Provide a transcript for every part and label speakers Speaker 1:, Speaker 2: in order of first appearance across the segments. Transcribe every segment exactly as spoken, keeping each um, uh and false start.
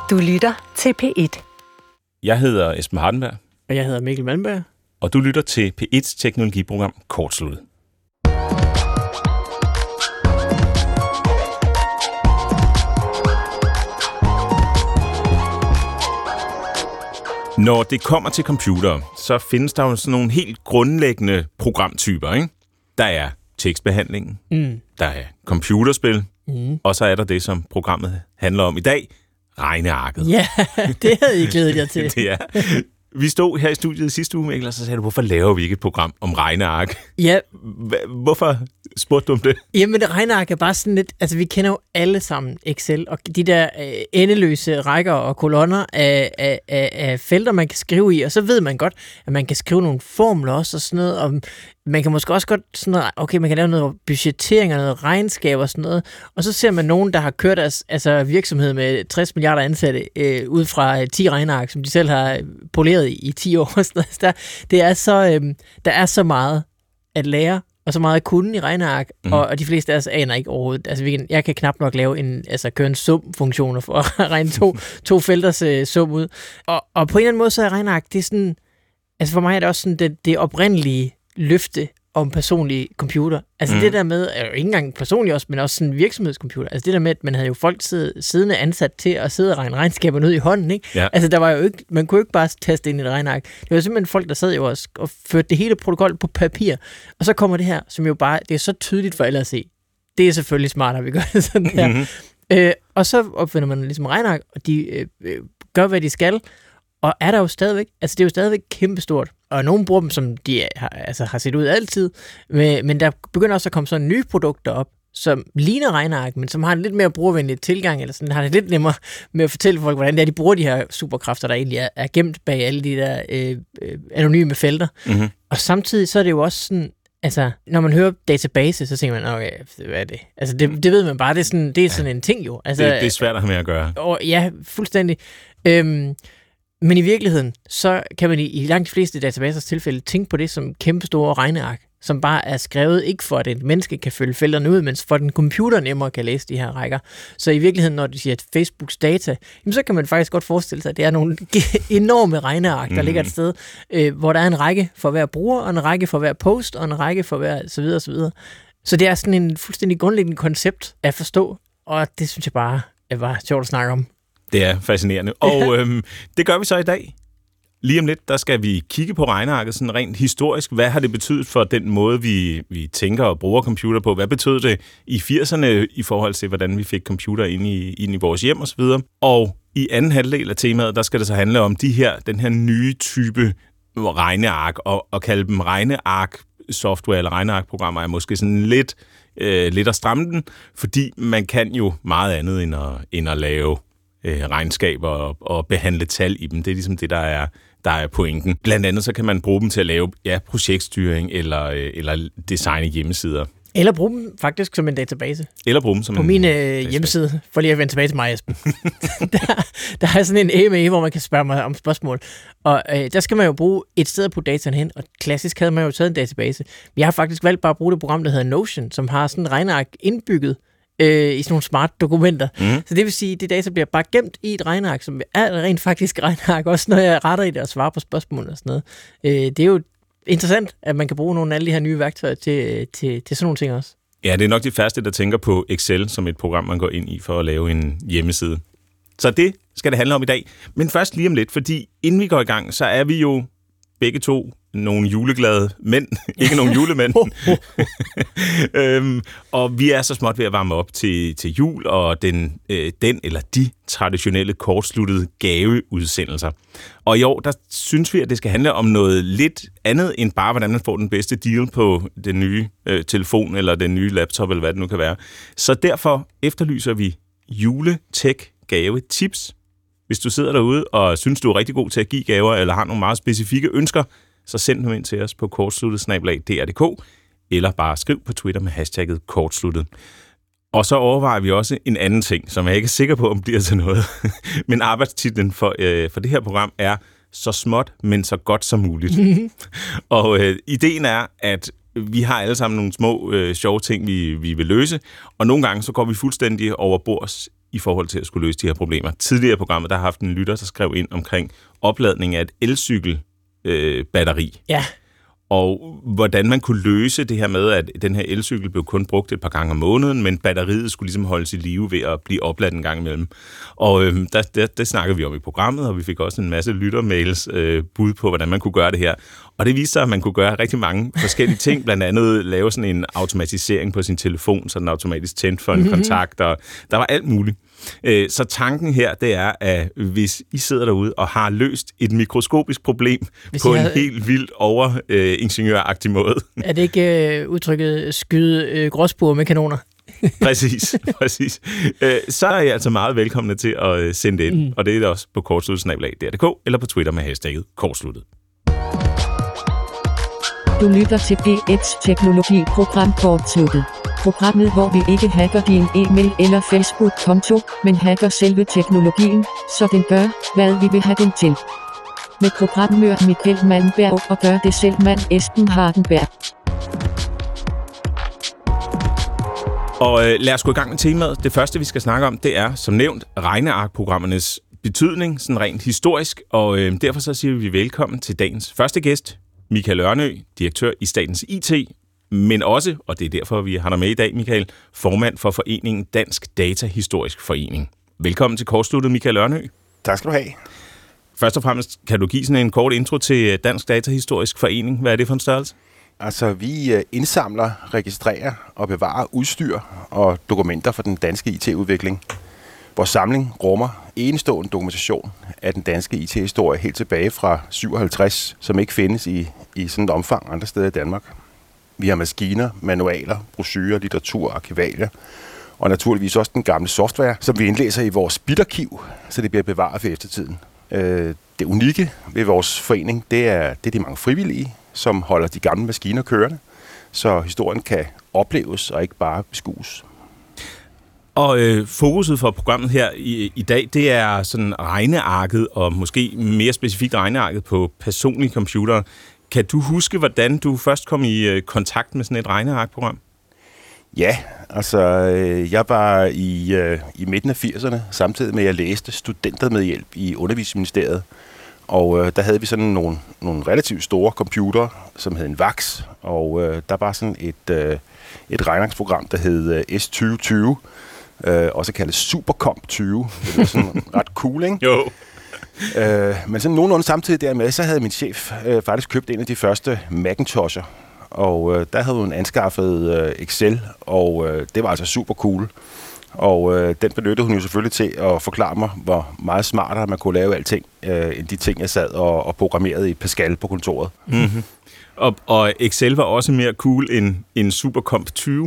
Speaker 1: Du lytter til P et.
Speaker 2: Jeg hedder Esben Hardenberg.
Speaker 3: Og jeg hedder Mikkel Malmberg.
Speaker 2: Og du lytter til P et's teknologiprogram Kortsluttet. Når det kommer til computere, så findes der jo sådan nogle helt grundlæggende programtyper, ikke? Der er tekstbehandlingen, mm. der er computerspil, mm. og så er der det, som programmet handler om i dag, regnearket.
Speaker 3: Ja, det havde I glædet jer til.
Speaker 2: Det er. Vi stod her i studiet sidste uge, Mikkel, og så sagde du, hvorfor laver vi ikke et program om regneark?
Speaker 3: Ja.
Speaker 2: Hvorfor spurgte du om det?
Speaker 3: Jamen, det regneark er bare sådan lidt... Altså, vi kender jo alle sammen Excel, og de der øh, endeløse rækker og kolonner af, af, af, af felter, man kan skrive i, og så ved man godt, at man kan skrive nogle formler også og sådan noget, og man kan måske også godt sådan noget... Okay, man kan lave noget budgettering og noget regnskab og sådan noget, og så ser man nogen, der har kørt deres altså, virksomhed med tres milliarder ansatte øh, ud fra ti regneark, som de selv har poleret i, i ti år og sådan noget. Der, det er så, øh, der er så meget at lære, og så meget at kunne i regneark, mm. og, og de fleste af os aner ikke overhovedet. Altså, vi kan, jeg kan knap nok lave en, altså køre en sum-funktioner for at regne to, to felters uh, sum ud. Og, og på en eller anden måde, så er regneark, det er sådan, altså for mig er det også sådan det, det oprindelige løfte om personlig computer. Altså mm. det der med, ikke engang personligt også, men også sådan virksomhedscomputer. Altså det der med, at man havde jo folk siddende ansat til at sidde og regne regnskaber ud i hånden, ikke? Ja. Altså der var jo ikke, man kunne jo ikke bare taste ind i et regneark. Det var simpelthen folk, der sad jo også og førte det hele protokol på papir. Og så kommer det her, som jo bare, det er så tydeligt for alle at se. Det er selvfølgelig smart, at vi gør det sådan der. Mm-hmm. Øh, og så opfinder man ligesom regneark, og de øh, gør, hvad de skal. Og er der jo stadigvæk, altså det er jo stadigvæk kæmpestort. Og nogen bruger dem, som de har, altså, har set ud altid, men der begynder også at komme sådan nye produkter op, som ligner regneark, men som har en lidt mere brugervenlig tilgang, eller sådan, har det lidt nemmere med at fortælle folk, hvordan det er, de bruger de her superkræfter, der egentlig er, er gemt bag alle de der øh, øh, anonyme felter. Mm-hmm. Og samtidig så er det jo også sådan, altså, når man hører database, så tænker man, okay, hvad er det? Altså, det, det ved man bare, det er sådan, det er sådan en ting jo. Altså,
Speaker 2: det, det er svært at have med at gøre.
Speaker 3: Og, ja, fuldstændig. Øhm, Men i virkeligheden, så kan man i, i langt de fleste databasers tilfælde tænke på det som kæmpestore regneark, som bare er skrevet ikke for, at et menneske kan følge felterne ud, men for at en computer nemmere kan læse de her rækker. Så i virkeligheden, når du siger at Facebooks data, jamen, så kan man faktisk godt forestille sig, at det er nogle enorme regneark, der mm. ligger et sted, øh, hvor der er en række for hver bruger, og en række for hver post, og en række for hver så videre, så videre. Så det er sådan en fuldstændig grundlæggende koncept at forstå, og det synes jeg bare er bare sjovt at snakke om.
Speaker 2: Det er fascinerende. Og øhm, det gør vi så i dag. Lige om lidt, der skal vi kigge på regnearket sådan rent historisk. Hvad har det betydet for den måde, vi, vi tænker og bruger computer på? Hvad betød det i firserne i forhold til, hvordan vi fik computer ind i, ind i vores hjem osv.? Og i anden halvdel af temaet, der skal det så handle om de her, den her nye type regneark, og, og kalde dem regneark-software eller regneark-programmer er måske sådan lidt, øh, lidt at stramme den, fordi man kan jo meget andet end at, end at lave regnskaber og, og behandle tal i dem. Det er ligesom det, der er, der er pointen. Blandt andet så kan man bruge dem til at lave ja, projektstyring eller, eller designe hjemmesider.
Speaker 3: Eller bruge dem faktisk som en database.
Speaker 2: Eller bruge dem som
Speaker 3: på en min øh, hjemmeside, for lige at vende tilbage til mig, Esben. der, der er sådan en A M A, hvor man kan spørge mig om spørgsmål. Og øh, der skal man jo bruge et sted at putte dataen hen, og klassisk havde man jo taget en database. Jeg har faktisk valgt bare at bruge det program, der hedder Notion, som har sådan en regneark indbygget Øh, i sådan nogle smart dokumenter. Mm. Så det vil sige, at det data bliver bare gemt i et regneark, som er rent faktisk regneark, også når jeg retter i det og svarer på spørgsmål og sådan noget. Øh, det er jo interessant, at man kan bruge nogle af alle de her nye værktøjer til, til, til sådan nogle ting også.
Speaker 2: Ja, det er nok de færreste, der tænker på Excel som et program, man går ind i for at lave en hjemmeside. Så det skal det handle om i dag. Men først lige om lidt, fordi inden vi går i gang, så er vi jo begge to nogle juleglade mænd, ikke nogle julemænd. øhm, og vi er så småt ved at varme op til, til jul, og den, øh, den eller de traditionelle kortsluttede gaveudsendelser. Og i år, der synes vi, at det skal handle om noget lidt andet, end bare, hvordan man får den bedste deal på den nye øh, telefon, eller den nye laptop, eller hvad det nu kan være. Så derfor efterlyser vi jule-tech-gave-tips. Hvis du sidder derude og synes, du er rigtig god til at give gaver, eller har nogle meget specifikke ønsker, så send dem ind til os på kortsluttet snabel-a d r punktum d k, eller bare skriv på Twitter med hashtagget kortsluttet. Og så overvejer vi også en anden ting, som jeg ikke er sikker på, om bliver til noget. Men arbejdstitlen for, øh, for det her program er så småt, men så godt som muligt. Og øh, ideen er, at vi har alle sammen nogle små øh, sjove ting, vi, vi vil løse, og nogle gange så går vi fuldstændig over bords i forhold til at skulle løse de her problemer. Tidligere i programmet, der har haft en lytter, der skrev ind omkring opladning af et elcykelbatteri. Øh,
Speaker 3: ja.
Speaker 2: Og hvordan man kunne løse det her med, at den her elcykel blev kun brugt et par gange om måneden, men batteriet skulle ligesom holdes i live ved at blive opladt en gang imellem. Og øh, der, der, der snakkede vi om i programmet, og vi fik også en masse lyttermails øh, bud på, hvordan man kunne gøre det her. Og det viste sig, at man kunne gøre rigtig mange forskellige ting, blandt andet lave sådan en automatisering på sin telefon, så den automatisk tændte for en mm-hmm. kontakt, og der var alt muligt. Så tanken her, det er, at hvis I sidder derude og har løst et mikroskopisk problem hvis på en har... helt vildt overingeniøragtig øh, måde. Er
Speaker 3: det ikke øh, udtrykket skyde øh, gråspure med kanoner?
Speaker 2: præcis, præcis. Øh, så er I altså meget velkomne til at sende det ind, mm. og det er det også på kortsluttet snabel-a punktum d k eller på Twitter med hashtagget kortsluttet.
Speaker 1: Du lytter til P et's teknologi-program Kortsluttet. Programmet, hvor vi ikke hacker din e-mail eller Facebook-konto, men hacker selve teknologien, så den gør, hvad vi vil have den til. Med programmør Michael Malmberg og gør det selv mand Esben Hardenberg.
Speaker 2: Og øh, lad os gå i gang med temaet. Det første, vi skal snakke om, det er, som nævnt, regnearkprogrammernes betydning, sådan rent historisk, og øh, derfor så siger vi velkommen til dagens første gæst, Michael Ørnø, direktør i Statens I T, men også, og det er derfor, vi har dig med i dag, Michael, formand for foreningen Dansk Datahistorisk Forening. Velkommen til kortsluttet, Michael Ørnø.
Speaker 4: Tak skal du have.
Speaker 2: Først og fremmest, kan du give sådan en kort intro til Dansk Datahistorisk Forening? Hvad er det for en størrelse?
Speaker 4: Altså, vi indsamler, registrerer og bevarer udstyr og dokumenter for den danske I T-udvikling. Vores samling rummer enestående dokumentation af den danske I T-historie helt tilbage fra syvoghalvtreds, som ikke findes i, i sådan et omfang andre steder i Danmark. Vi har maskiner, manualer, brochurer, litteratur, arkivalier og naturligvis også den gamle software, som vi indlæser i vores bitarkiv, så det bliver bevaret for eftertiden. Det unikke ved vores forening, det er, det er de mange frivillige, som holder de gamle maskiner kørende, så historien kan opleves og ikke bare beskues.
Speaker 2: Og øh, fokuset for programmet her i, i dag, det er sådan regnearket, og måske mere specifikt regnearket på personlige computere. Kan du huske, hvordan du først kom i øh, kontakt med sådan et regnearkprogram?
Speaker 4: Ja, altså øh, jeg var i, øh, i midten af firserne, samtidig med at jeg læste studentermedhjælp i Undervisningsministeriet. Og øh, der havde vi sådan nogle, nogle relativt store computere, som hed en VAX, og øh, der var sådan et, øh, et regnearksprogram, der hed øh, S tyve tyve, øh, også kaldet Supercomp tyve. Det var sådan ret cool, ikke?
Speaker 2: Jo.
Speaker 4: Øh, men sådan nogenlunde samtidig dermed, så havde min chef øh, faktisk købt en af de første Macintosher, og øh, der havde hun anskaffet øh, Excel, og øh, det var altså super cool. Og øh, den benyttede hun jo selvfølgelig til at forklare mig, hvor meget smartere man kunne lave alting, øh, end de ting, jeg sad og, og programmerede i Pascal på kontoret.
Speaker 2: Mm-hmm. Og, og Excel var også mere cool end, end Supercomp tyve?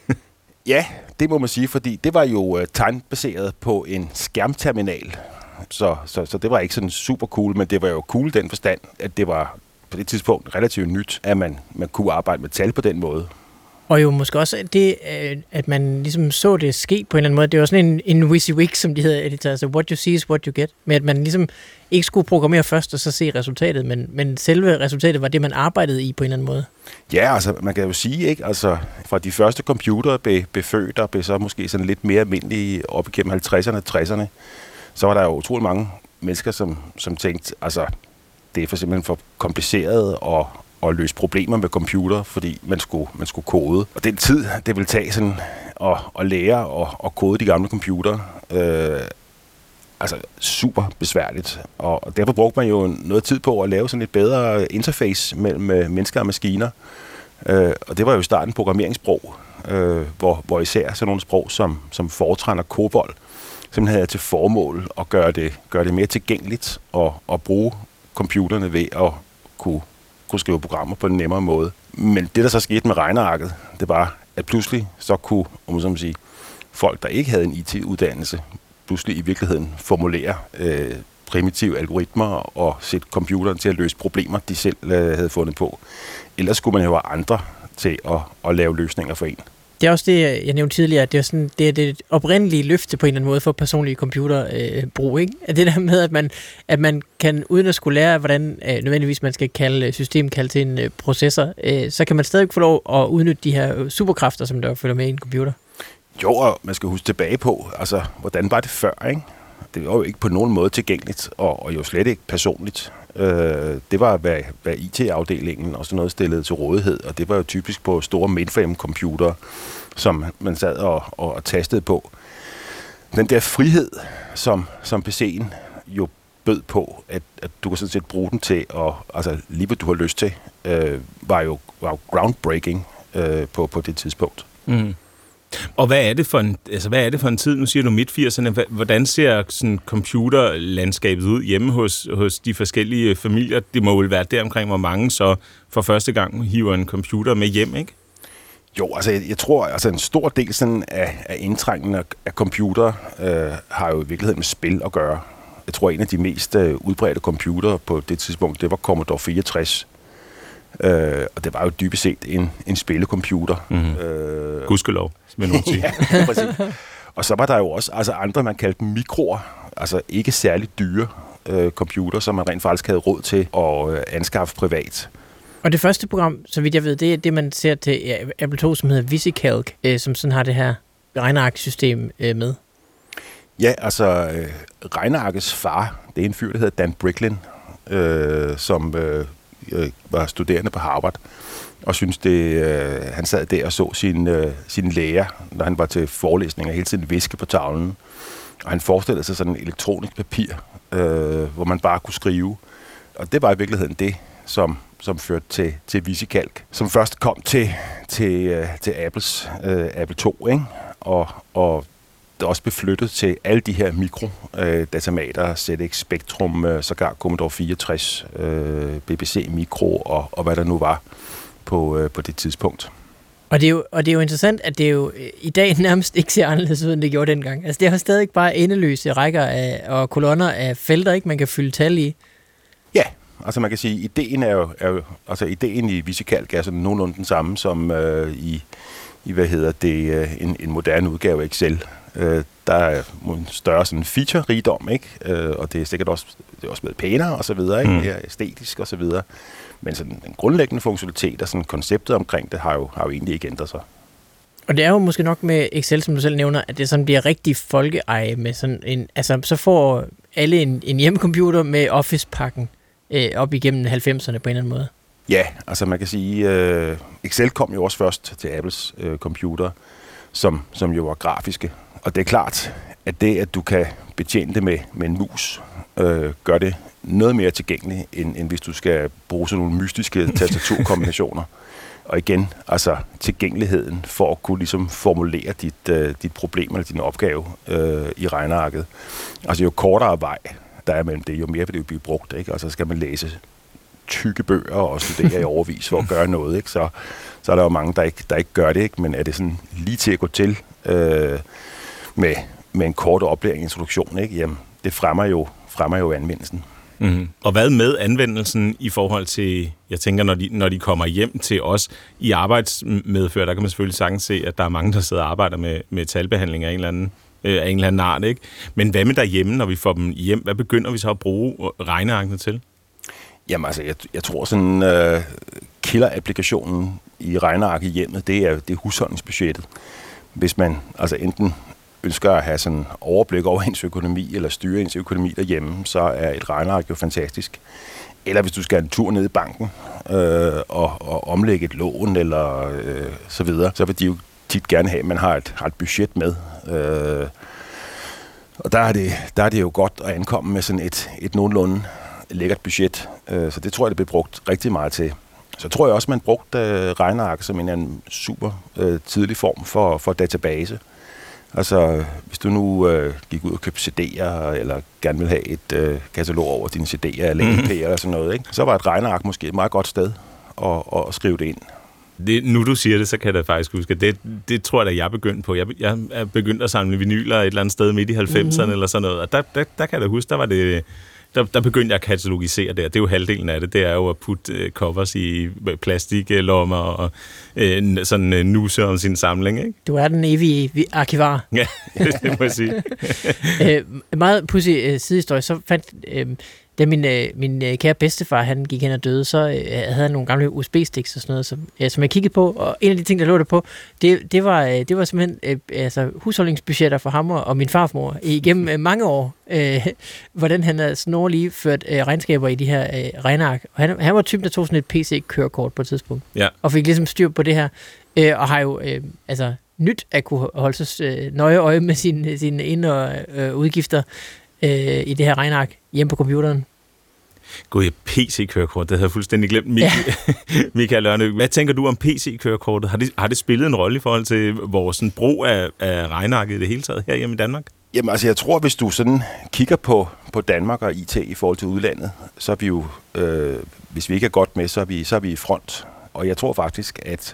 Speaker 4: Ja, det må man sige, fordi det var jo øh, tegnbaseret på en skærmterminal. Så, så, så det var ikke sådan super cool, men det var jo cool den forstand, at det var på det tidspunkt relativt nyt, at man, man kunne arbejde med tal på den måde.
Speaker 3: Og jo måske også det, at man ligesom så det ske på en eller anden måde. Det var sådan en, en WYSIWYG, som de hedder, editor, altså what you see is what you get. Med at man ligesom ikke skulle programmere først og så se resultatet, men, men selve resultatet var det, man arbejdede i på en eller anden måde.
Speaker 4: Ja, altså man kan jo sige, ikke, altså fra de første computere blev, blev født og blev så måske sådan lidt mere almindelige op igennem halvtredserne og tresserne, så var der jo utrolig mange mennesker, som, som tænkte, altså det er for simpelthen for kompliceret og og løse problemer med computer, fordi man skulle, man skulle kode. Og den tid, det ville tage sådan at, at lære og at kode de gamle computer, øh, altså super besværligt. Og derfor brugte man jo noget tid på at lave sådan et bedre interface mellem mennesker og maskiner. Øh, og det var jo i starten programmeringssprog, øh, hvor, hvor især sådan nogle sprog som, som Fortran og COBOL simpelthen havde til formål at gøre det, gøre det mere tilgængeligt og, og bruge computerne ved at kunne kunne skrive programmer på en nemmere måde. Men det, der så skete med regnearket, det var, at pludselig så kunne, om man så må sige, folk, der ikke havde en I T-uddannelse, pludselig i virkeligheden formulere øh, primitive algoritmer og sætte computeren til at løse problemer, de selv øh, havde fundet på. Ellers skulle man jo have andre til at, at lave løsninger for en.
Speaker 3: Det er også det, jeg nævnte tidligere, at det er, sådan, det er det oprindelige løfte på en eller anden måde for personlige computerbrug, øh, ikke? At det der med, at man, at man kan, uden at skulle lære, hvordan øh, nødvendigvis man skal kalde systemkald til en øh, processor, øh, så kan man stadig få lov at udnytte de her superkræfter, som der følger med i en computer.
Speaker 4: Jo, og man skal huske tilbage på, altså, hvordan var det før, ikke? Det var jo ikke på nogen måde tilgængeligt, og, og jo slet ikke personligt. Øh, det var, hvad, hvad I T-afdelingen og sådan noget stillede til rådighed, og det var jo typisk på store mainframe-computere, som man sad og, og, og tastede på. Den der frihed, som, som P C'en jo bød på, at, at du kan sådan set bruge den til, og altså lige hvad du har lyst til, øh, var, jo, var jo groundbreaking øh, på, på det tidspunkt.
Speaker 2: Mm. Og hvad er det for en, altså hvad er det for en tid? Nu siger du midt firserne. Hvordan ser sådan computerlandskabet ud hjemme hos, hos de forskellige familier? Det må vel være deromkring, hvor mange så for første gang hiver en computer med hjem, ikke?
Speaker 4: Jo, altså jeg, jeg tror, altså en stor del sådan af, af indtrængen af, af computer øh, har jo i virkeligheden med spil at gøre. Jeg tror, en af de mest øh, udbredte computere på det tidspunkt, det var Commodore fireogtres. Øh, og det var jo dybest set en, en spillecomputer.
Speaker 2: Mm-hmm.
Speaker 4: Øh,
Speaker 2: Gudskelov, vil nogen sige.
Speaker 4: Ja, præcis. Og så var der jo også altså andre, man kaldte mikroer, altså ikke særligt dyre øh, computer, som man rent faktisk havde råd til at øh, anskaffe privat.
Speaker 3: Og det første program, så vidt jeg ved, det er det, man ser til Apple to, som hedder VisiCalc, øh, som sådan har det her regnearksystem øh, med.
Speaker 4: Ja, altså øh, regnearkets far, det er en fyr, der hedder Dan Bricklin, øh, som øh, øh, var studerende på Harvard, og synes det, øh, han sad der og så sin, øh, sin lærer, når han var til forelæsninger, hele tiden viske på tavlen. Og han forestillede sig sådan en elektronisk papir, øh, hvor man bare kunne skrive. Og det var i virkeligheden det, som, som førte til, til VisiCalc, som først kom til, til, øh, til Apples øh, Apple to, ikke? Og, og det også blev flyttet til alle de her mikrodatamater, øh, Z X Spectrum, øh, sågar Commodore fireogtres, øh, B B C Micro og, og hvad der nu var på, øh, på det tidspunkt.
Speaker 3: Og det, er jo, og det er jo interessant, at det er jo i dag nærmest ikke ser anderledes ud, end det gjorde dengang. Altså det er jo stadig bare endeløse rækker af, og kolonner af felter, ikke man kan fylde tal i.
Speaker 4: Ja, altså man kan sige, ideen er jo, er jo altså ideen i VisiCalc er sådan nogenlunde den samme som øh, i, i, hvad hedder det, en, en moderne udgave af Excel. Øh, der er en større sådan feature-rigdom, ikke? Øh, og det er sikkert også, det er også blevet pænere og så videre, ikke? Mm. Mere æstetisk og så videre. Men sådan den grundlæggende funktionalitet og sådan konceptet omkring det har jo, har jo egentlig ikke ændret sig.
Speaker 3: Og det er jo måske nok med Excel, som du selv nævner, at det sådan bliver rigtig folkeeje med sådan en, altså så får alle en, en hjemmecomputer med Office-pakken øh, op igennem halvfemserne på en eller anden måde.
Speaker 4: Ja, altså man kan sige, øh, Excel kom jo også først til Apples øh, computer, som, som jo var grafiske. Og det er klart, at det, at du kan betjene det med, med en mus, øh, gør det noget mere tilgængeligt, end, end hvis du skal bruge sådan nogle mystiske tastaturkombinationer. Og igen, altså tilgængeligheden for at kunne ligesom formulere dit, øh, dit problem eller din opgave øh, i regnearket. Altså jo kortere vej der er mellem det, jo mere vil det jo blive brugt, ikke? Og så skal man læse tykke bøger og studere i overvis for at gøre noget, ikke? Så, så er der jo mange, der ikke, der ikke gør det, ikke? Men er det sådan lige til at gå til øh, med, med en kort oplæring introduktion, ikke? Jamen, det fremmer jo, fremmer jo anvendelsen.
Speaker 2: Mm-hmm. Og hvad med anvendelsen i forhold til, jeg tænker, når de, når de kommer hjem til os i arbejdsmedfør, der kan man selvfølgelig sagtens se, at der er mange, der sidder og arbejder med, med talbehandling af en eller anden, øh, af en eller anden art, ikke? Men hvad med derhjemme, når vi får dem hjem? Hvad begynder vi så at bruge regnearkene til?
Speaker 4: Jamen altså, jeg, jeg tror sådan, uh, killer-applikationen i regneark i hjemmet, det er, det er husholdningsbudgettet. Hvis man altså enten ønsker at have sådan overblik over ens økonomi, eller styre ens økonomi derhjemme, så er et regneark jo fantastisk. Eller hvis du skal have en tur ned i banken øh, og, og omlægge et lån, eller øh, så videre, så vil de jo tit gerne have, at man har et, har et budget med. Øh, og der er, det, der er det jo godt at ankomme med sådan et, et nogenlunde lækkert budget. Øh, så det tror jeg, det bliver brugt rigtig meget til. Så tror jeg også, man brugte øh, regneark som en, en super øh, tidlig form for, for database. Altså, hvis du nu øh, gik ud og købte C D'er, eller gerne vil have et øh, katalog over dine C D'er eller E P'er eller sådan noget, ikke? Så var et regneark måske et meget godt sted at, at skrive det ind.
Speaker 2: Det, nu du siger det, så kan jeg da faktisk huske, det, det tror jeg da, jeg begyndte på. Jeg, jeg er begyndt at samle vinyler et eller andet sted midt i halvfemserne mm-hmm. eller sådan noget, og der, der, der kan jeg da huske, der var det... Der, der begyndte jeg at katalogisere det, det er jo halvdelen af det, det er jo at putte uh, covers i plastiklommer og uh, sådan uh, nuse om sin samling, ikke?
Speaker 3: Du er den evige arkivar.
Speaker 2: Ja, det må jeg sige.
Speaker 3: øh, meget pudsig uh, sidehistorie, så fandt, uh, Da min, øh, min øh, kære bedstefar, han gik hen og døde, så øh, havde han nogle gamle U S B-sticks og sådan noget, som, øh, som jeg kiggede på, og en af de ting, der lå der på, det, det, var, øh, det var simpelthen øh, altså, husholdningsbudgetter for ham og min farmor igennem øh, mange år, øh, hvordan han havde snorlige ført øh, regnskaber i de her øh, regneark. Og han, han var typen, der tog sådan et P C-kørekort på et tidspunkt,
Speaker 2: ja. og
Speaker 3: fik ligesom styr på det her, øh, og har jo øh, altså, nyt at kunne holde sig øh, nøje øje med sine, sine ind- og øh, udgifter øh, i det her regneark hjemme på computeren.
Speaker 2: Gud, P C-kørekort, det havde jeg fuldstændig glemt. Mik- ja. Michael Ørnø, hvad tænker du om P C-kørekortet? Har det, har det spillet en rolle i forhold til vores sådan, brug af, af regnearket i det hele taget her hjemme i Danmark?
Speaker 4: Jamen altså, jeg tror, hvis du sådan kigger på, på Danmark og I T i forhold til udlandet, så er vi jo, øh, hvis vi ikke er godt med, så er vi, så er vi i front. Og jeg tror faktisk, at,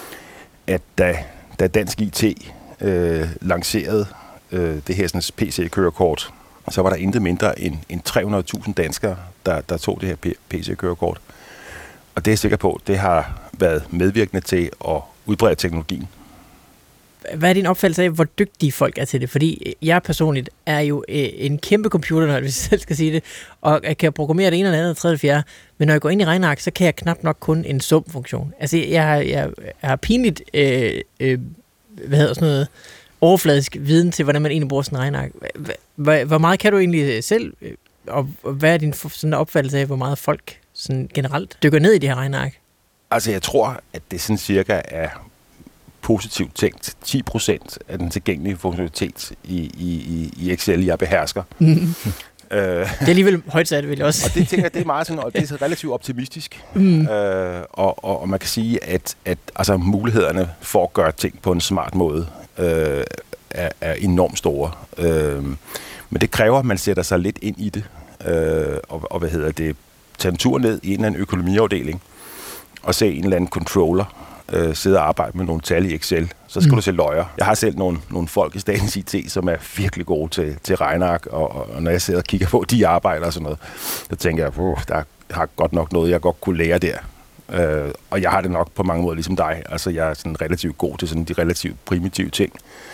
Speaker 4: at da, da Dansk I T øh, lancerede øh, det her sådan, P C-kørekort, så var der intet mindre end, end tre hundrede tusind danskere, der, der tog det her P C-kørekort. Og det er jeg sikker på, det har været medvirkende til at udbrede teknologien.
Speaker 3: Hvad er din opfattelse af, hvor dygtige folk er til det? Fordi jeg personligt er jo en kæmpe computernørd, hvis jeg selv skal sige det, og jeg kan programmere det ene eller andet, tredje eller fjerde, men når jeg går ind i regneark, så kan jeg knap nok kun en sum-funktion. Altså, jeg har, jeg, jeg har pinligt, øh, øh, hvad hedder sådan noget, overfladisk viden til, hvordan man egentlig bruger sådan en regneark. Hvor, hvor meget kan du egentlig selv, og hvad er din sådan opfattelse af, hvor meget folk sådan generelt dykker ned i det her regneark?
Speaker 4: Altså, jeg tror, at det sådan cirka er positivt tænkt ti procent af den tilgængelige funktionalitet i, i, i Excel, jeg behersker.
Speaker 3: Mm. øh, det er alligevel højt sat, vil jeg også.
Speaker 4: Og det tænker jeg, det er meget sådan, og det er relativt optimistisk. Mm. Øh, og, og, og man kan sige, at, at altså, mulighederne for at gøre ting på en smart måde øh, er, er enormt store. Øh, men det kræver, at man sætter sig lidt ind i det, øh, og, og hvad hedder det, tage en tur ned i en eller anden økonomiafdeling, og se en eller anden controller, øh, sidde og arbejde med nogle tal i Excel, så skal mm. du se løjer. Jeg har selv nogle, nogle folk i Statens I T, som er virkelig gode til, til regneark, og, og når jeg sidder og kigger på, de arbejder og sådan noget, så tænker jeg, oh, der har godt nok noget, jeg godt kunne lære der. Øh, og jeg har det nok på mange måder ligesom dig. Altså, jeg er sådan relativt god til sådan de relativt primitive ting.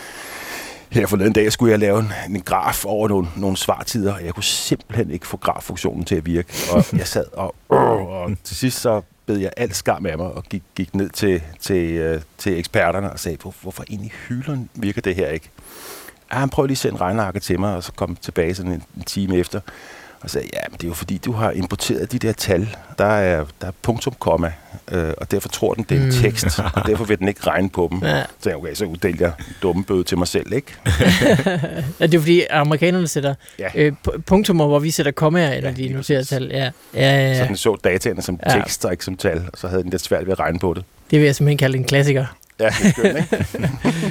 Speaker 4: Her forleden dag skulle jeg lave en, en graf over nogle, nogle svartider, og jeg kunne simpelthen ikke få graffunktionen til at virke. Og jeg sad og, øh, og til sidst så bed jeg alt skam af mig og gik, gik ned til, til, uh, til eksperterne og sagde, Hvor, hvorfor egentlig hylden virker det her ikke? Ja, han prøvede lige at sende regnearket til mig, og så kom tilbage sådan en, en time efter. Og sagde, ja, men det er jo fordi, du har importeret de der tal. Der er, der er punktum, komma, øh, og derfor tror den, det er en tekst, mm. og derfor vil den ikke regne på dem. Ja. Så jeg, okay, så uddelte jeg dumme bøde til mig selv, ikke?
Speaker 3: Ja, det er fordi, amerikanerne sætter
Speaker 4: ja.
Speaker 3: øh, punktummer, hvor vi sætter kommaer, eller ja, de noterede tal. Ja. Ja, ja, ja.
Speaker 4: Så den så dataene som
Speaker 3: ja.
Speaker 4: tekst, og ikke som tal, og så havde den lidt svært ved at regne på det.
Speaker 3: Det vil jeg simpelthen kalde en klassiker.
Speaker 4: Ja, det er skønt, ikke?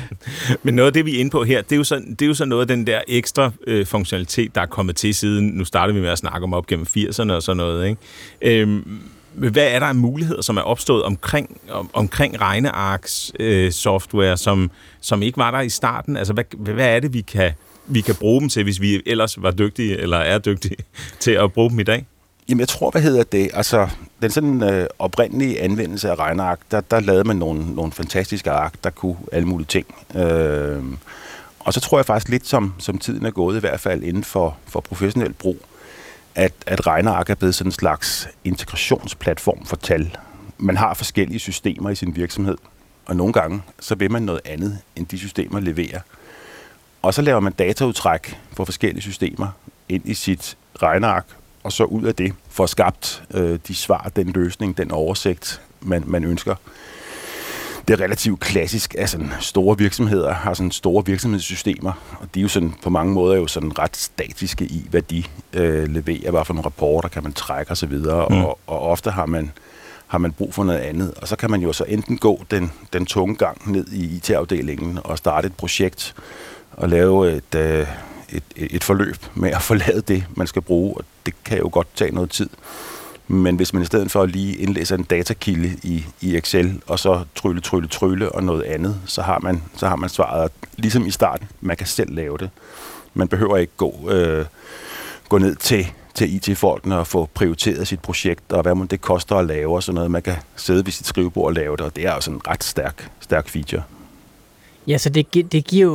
Speaker 2: Men noget af det, vi er inde på her, det er jo så, det er jo så noget af den der ekstra øh, funktionalitet, der er kommet til siden. Nu starter vi med at snakke om op gennem firserne og sådan noget, ikke? Øhm, hvad er der af muligheder, som er opstået omkring, om, omkring regnearks øh, software, som, som ikke var der i starten? Altså, hvad, hvad er det, vi kan, vi kan bruge dem til, hvis vi ellers var dygtige, eller er dygtige til at bruge dem i dag?
Speaker 4: Jamen, jeg tror, hvad hedder det? Altså, den sådan øh, oprindelige anvendelse af regneark, der, der lavede man nogle, nogle fantastiske ark, der kunne alle mulige ting. Øh, og så tror jeg faktisk lidt, som, som tiden er gået, i hvert fald inden for, for professionel brug, at, at regneark er blevet sådan en slags integrationsplatform for tal. Man har forskellige systemer i sin virksomhed, og nogle gange, så vil man noget andet, end de systemer leverer. Og så laver man dataudtræk for forskellige systemer ind i sit regneark, og så ud af det får skabt øh, de svar, den løsning, den oversigt, man, man ønsker. Det er relativt klassisk, at sådan store virksomheder har sådan store virksomhedssystemer, og de er jo sådan, på mange måder jo sådan ret statiske i, hvad de øh, leverer, hvad for nogle rapporter kan man trække osv., mm. og, og ofte har man, har man brug for noget andet. Og så kan man jo så enten gå den, den tunge gang ned i I T-afdelingen og starte et projekt og lave et... Øh, Et, et forløb med at få lavet det, man skal bruge, og det kan jo godt tage noget tid. Men hvis man i stedet for lige indlæser en datakilde i, i Excel, og så trylle, trylle, trylle og noget andet, så har man, så har man svaret, ligesom i starten, man kan selv lave det. Man behøver ikke gå, øh, gå ned til, til I T-folkene og få prioriteret sit projekt, og hvad man det koster at lave, og sådan noget. Man kan sidde ved sit skrivebord og lave det, og det er jo sådan en ret stærk, stærk feature.
Speaker 3: Ja, så det, det giver jo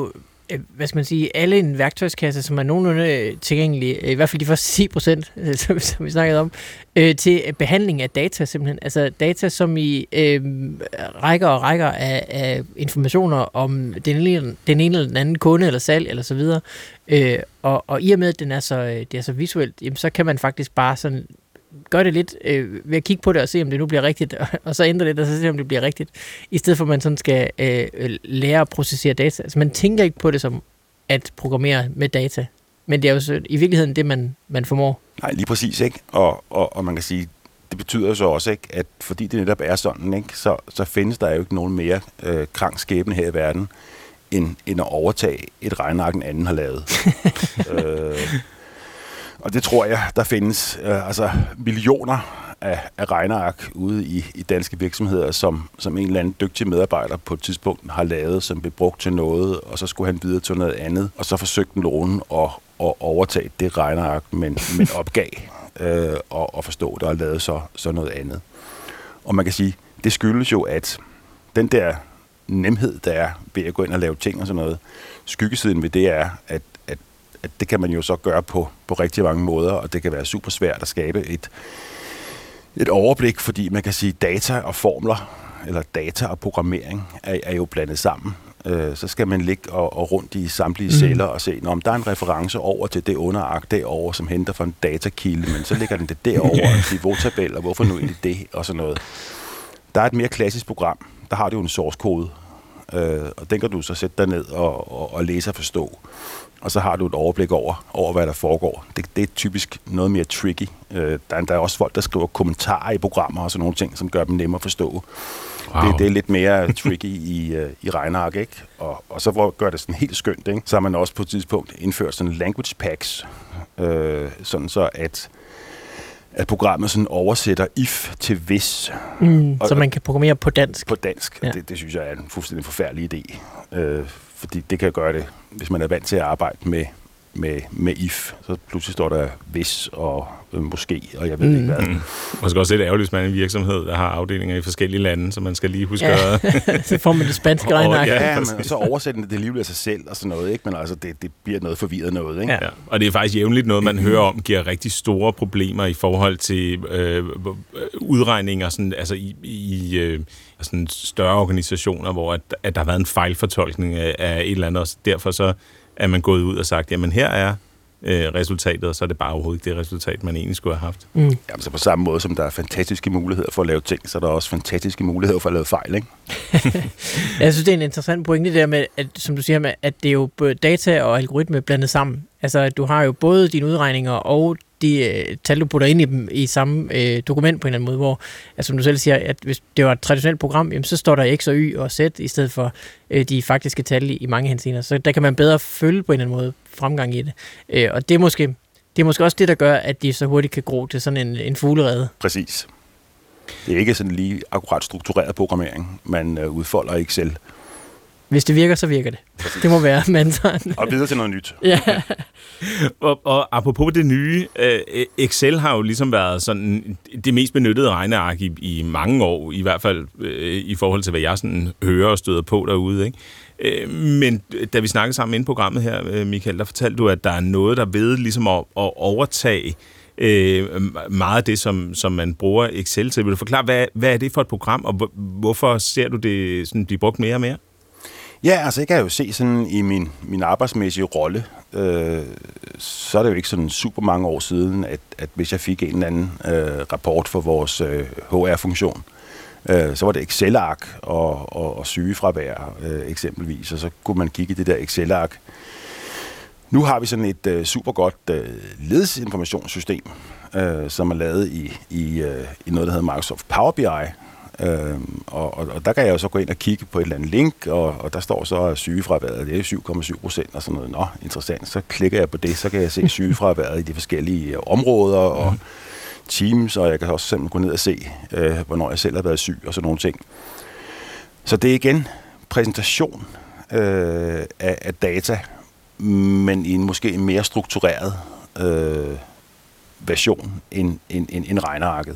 Speaker 3: hvad skal man sige, alle en værktøjskasse, som er nogenlunde tilgængelig, i hvert fald de første ti procent, som, som vi snakkede om, øh, til behandling af data simpelthen. Altså data, som i øh, rækker og rækker af, af informationer om den ene, den ene eller den anden kunde eller salg eller så videre. Øh, og, og i og med, at den er så, det er så visuelt, jamen, så kan man faktisk bare sådan gør det lidt øh, ved at kigge på det og se, om det nu bliver rigtigt, og, og så ændre det, og så se, om det bliver rigtigt, i stedet for, at man sådan skal øh, lære at processere data. Altså, man tænker ikke på det som at programmere med data, men det er jo så, i virkeligheden det, man, man formår.
Speaker 4: Nej, lige præcis, ikke? Og, og, og man kan sige, det betyder så også, ikke, at fordi det netop er sådan, ikke, så, så findes der jo ikke nogen mere øh, krank skæbne her i verden, end, end at overtage et regneark, en anden har lavet. øh, Og det tror jeg, der findes øh, altså millioner af, af regneark ude i, i danske virksomheder, som, som en eller anden dygtig medarbejder på et tidspunkt har lavet, som blev brugt til noget, og så skulle han videre til noget andet, og så forsøgte nogen at, at overtage det regneark, men, men opgav øh, og, og forstå det og lavede så, så noget andet. Og man kan sige, det skyldes jo, at den der nemhed, der er ved at gå ind og lave ting og sådan noget, skyggesiden ved det er, at at det kan man jo så gøre på, på rigtig mange måder, og det kan være super svært at skabe et, et overblik, fordi man kan sige, data og formler, eller data og programmering, er, er jo blandet sammen. Øh, så skal man ligge og, og rundt i samtlige mm. celler og se, om der er en reference over til det underark derovre, som henter fra en datakilde, men så ligger den det derovre, en pivot-tabel, og hvorfor nu egentlig det, og sådan noget. Der er et mere klassisk program, der har du jo en source-kode, øh, og den kan du så sætte dig ned og, og, og læse og forstå. Og så har du et overblik over, over hvad der foregår. Det, det er typisk noget mere tricky. Øh, der, er, der er også folk, der skriver kommentarer i programmer og sådan nogle ting, som gør dem nemmere at forstå. Wow. Det, det er lidt mere tricky i, uh, i regneark, ikke? Og, og så gør det sådan helt skønt, ikke? Så har man også på et tidspunkt indført sådan language packs, øh, sådan så at, at programmet sådan oversætter if til hvis.
Speaker 3: Mm,
Speaker 4: og,
Speaker 3: så man kan programmere på dansk.
Speaker 4: På dansk. Ja. Det, det synes jeg er en fuldstændig forfærdelig idé. Øh, fordi det kan gøre det, hvis man er vant til at arbejde med, med, med if, så pludselig står der hvis og øh, måske, og jeg ved mm. ikke hvad. Mm.
Speaker 2: Måske også lidt ærgerligt, hvis man er en virksomhed, der har afdelinger i forskellige lande, så man skal lige huske
Speaker 3: ja.
Speaker 2: at...
Speaker 3: så får man det spanske regneark.
Speaker 4: Ja, ja, men så oversætter det alligevel af sig selv og sådan noget, ikke? Men altså, det, det bliver noget forvirret noget, ikke?
Speaker 2: Ja. Ja. Og det er faktisk jævnligt noget, man hører om, giver rigtig store problemer i forhold til øh, udregninger, sådan, altså i... i øh, sådan større organisationer, hvor at, at der har været en fejlfortolkning af, af et eller andet, og derfor så er man gået ud og sagt, jamen her er øh, resultatet, og så er det bare overhovedet ikke det resultat, man egentlig skulle have haft.
Speaker 3: Mm.
Speaker 4: Jamen, så på samme måde, som der er fantastiske muligheder for at lave ting, så er der også fantastiske muligheder for at lave fejl, ikke?
Speaker 3: Jeg synes, det er en interessant pointe der med, at, som du siger, med, at det er jo data og algoritme blandet sammen. Altså, at du har jo både dine udregninger og de øh, tal, du putter ind i dem i samme øh, dokument på en eller anden måde, hvor, altså, som du selv siger, at hvis det var et traditionelt program, jamen, så står der X og Y og Z, i stedet for øh, de faktiske tal i, i mange henseender. Så der kan man bedre følge på en eller anden måde fremgang i det. Øh, og det er, måske, det er måske også det, der gør, at de så hurtigt kan gro til sådan en, en fuglerede.
Speaker 4: Præcis. Det er ikke sådan lige akkurat struktureret programmering, man øh, udfolder i Excel.
Speaker 3: Hvis det virker, så virker det. Præcis. Det må være mantraen.
Speaker 4: Og videre til noget nyt.
Speaker 3: Ja.
Speaker 2: og, og apropos det nye, øh, Excel har jo ligesom været sådan det mest benyttede regneark i, i mange år, i hvert fald øh, i forhold til, hvad jeg sådan hører og støder på derude, ikke? Øh, men da vi snakkede sammen inde i programmet her, Michael, der fortalte du, at der er noget, der ved ligesom at, at overtage øh, meget af det, som, som man bruger Excel til. Vil du forklare, hvad, hvad er det for et program, og hvorfor ser du det sådan blive brugt mere og mere?
Speaker 4: Ja, altså jeg kan jo se sådan i min, min arbejdsmæssige rolle, øh, så er det jo ikke sådan super mange år siden, at, at hvis jeg fik en eller anden øh, rapport for vores øh, H R-funktion, øh, så var det Excel-ark og, og, og sygefravær øh, eksempelvis, og så kunne man kigge i det der Excel-ark. Nu har vi sådan et øh, super godt øh, ledelsesinformationssystem, øh, som er lavet i, i, øh, i noget, der hedder Microsoft Power B I. Øhm, og, og, og der kan jeg jo så gå ind og kigge på et eller andet link, og, og der står så sygefraværet, det er syv komma syv procent og sådan noget. Nå, interessant. Så klikker jeg på det, så kan jeg se sygefraværet i de forskellige områder og mm. teams, og jeg kan også simpelthen gå ned og se, øh, hvornår jeg selv har været syg og sådan nogle ting. Så det er igen præsentation øh, af, af data, men i en måske mere struktureret øh, version end, end, end, end regnearket.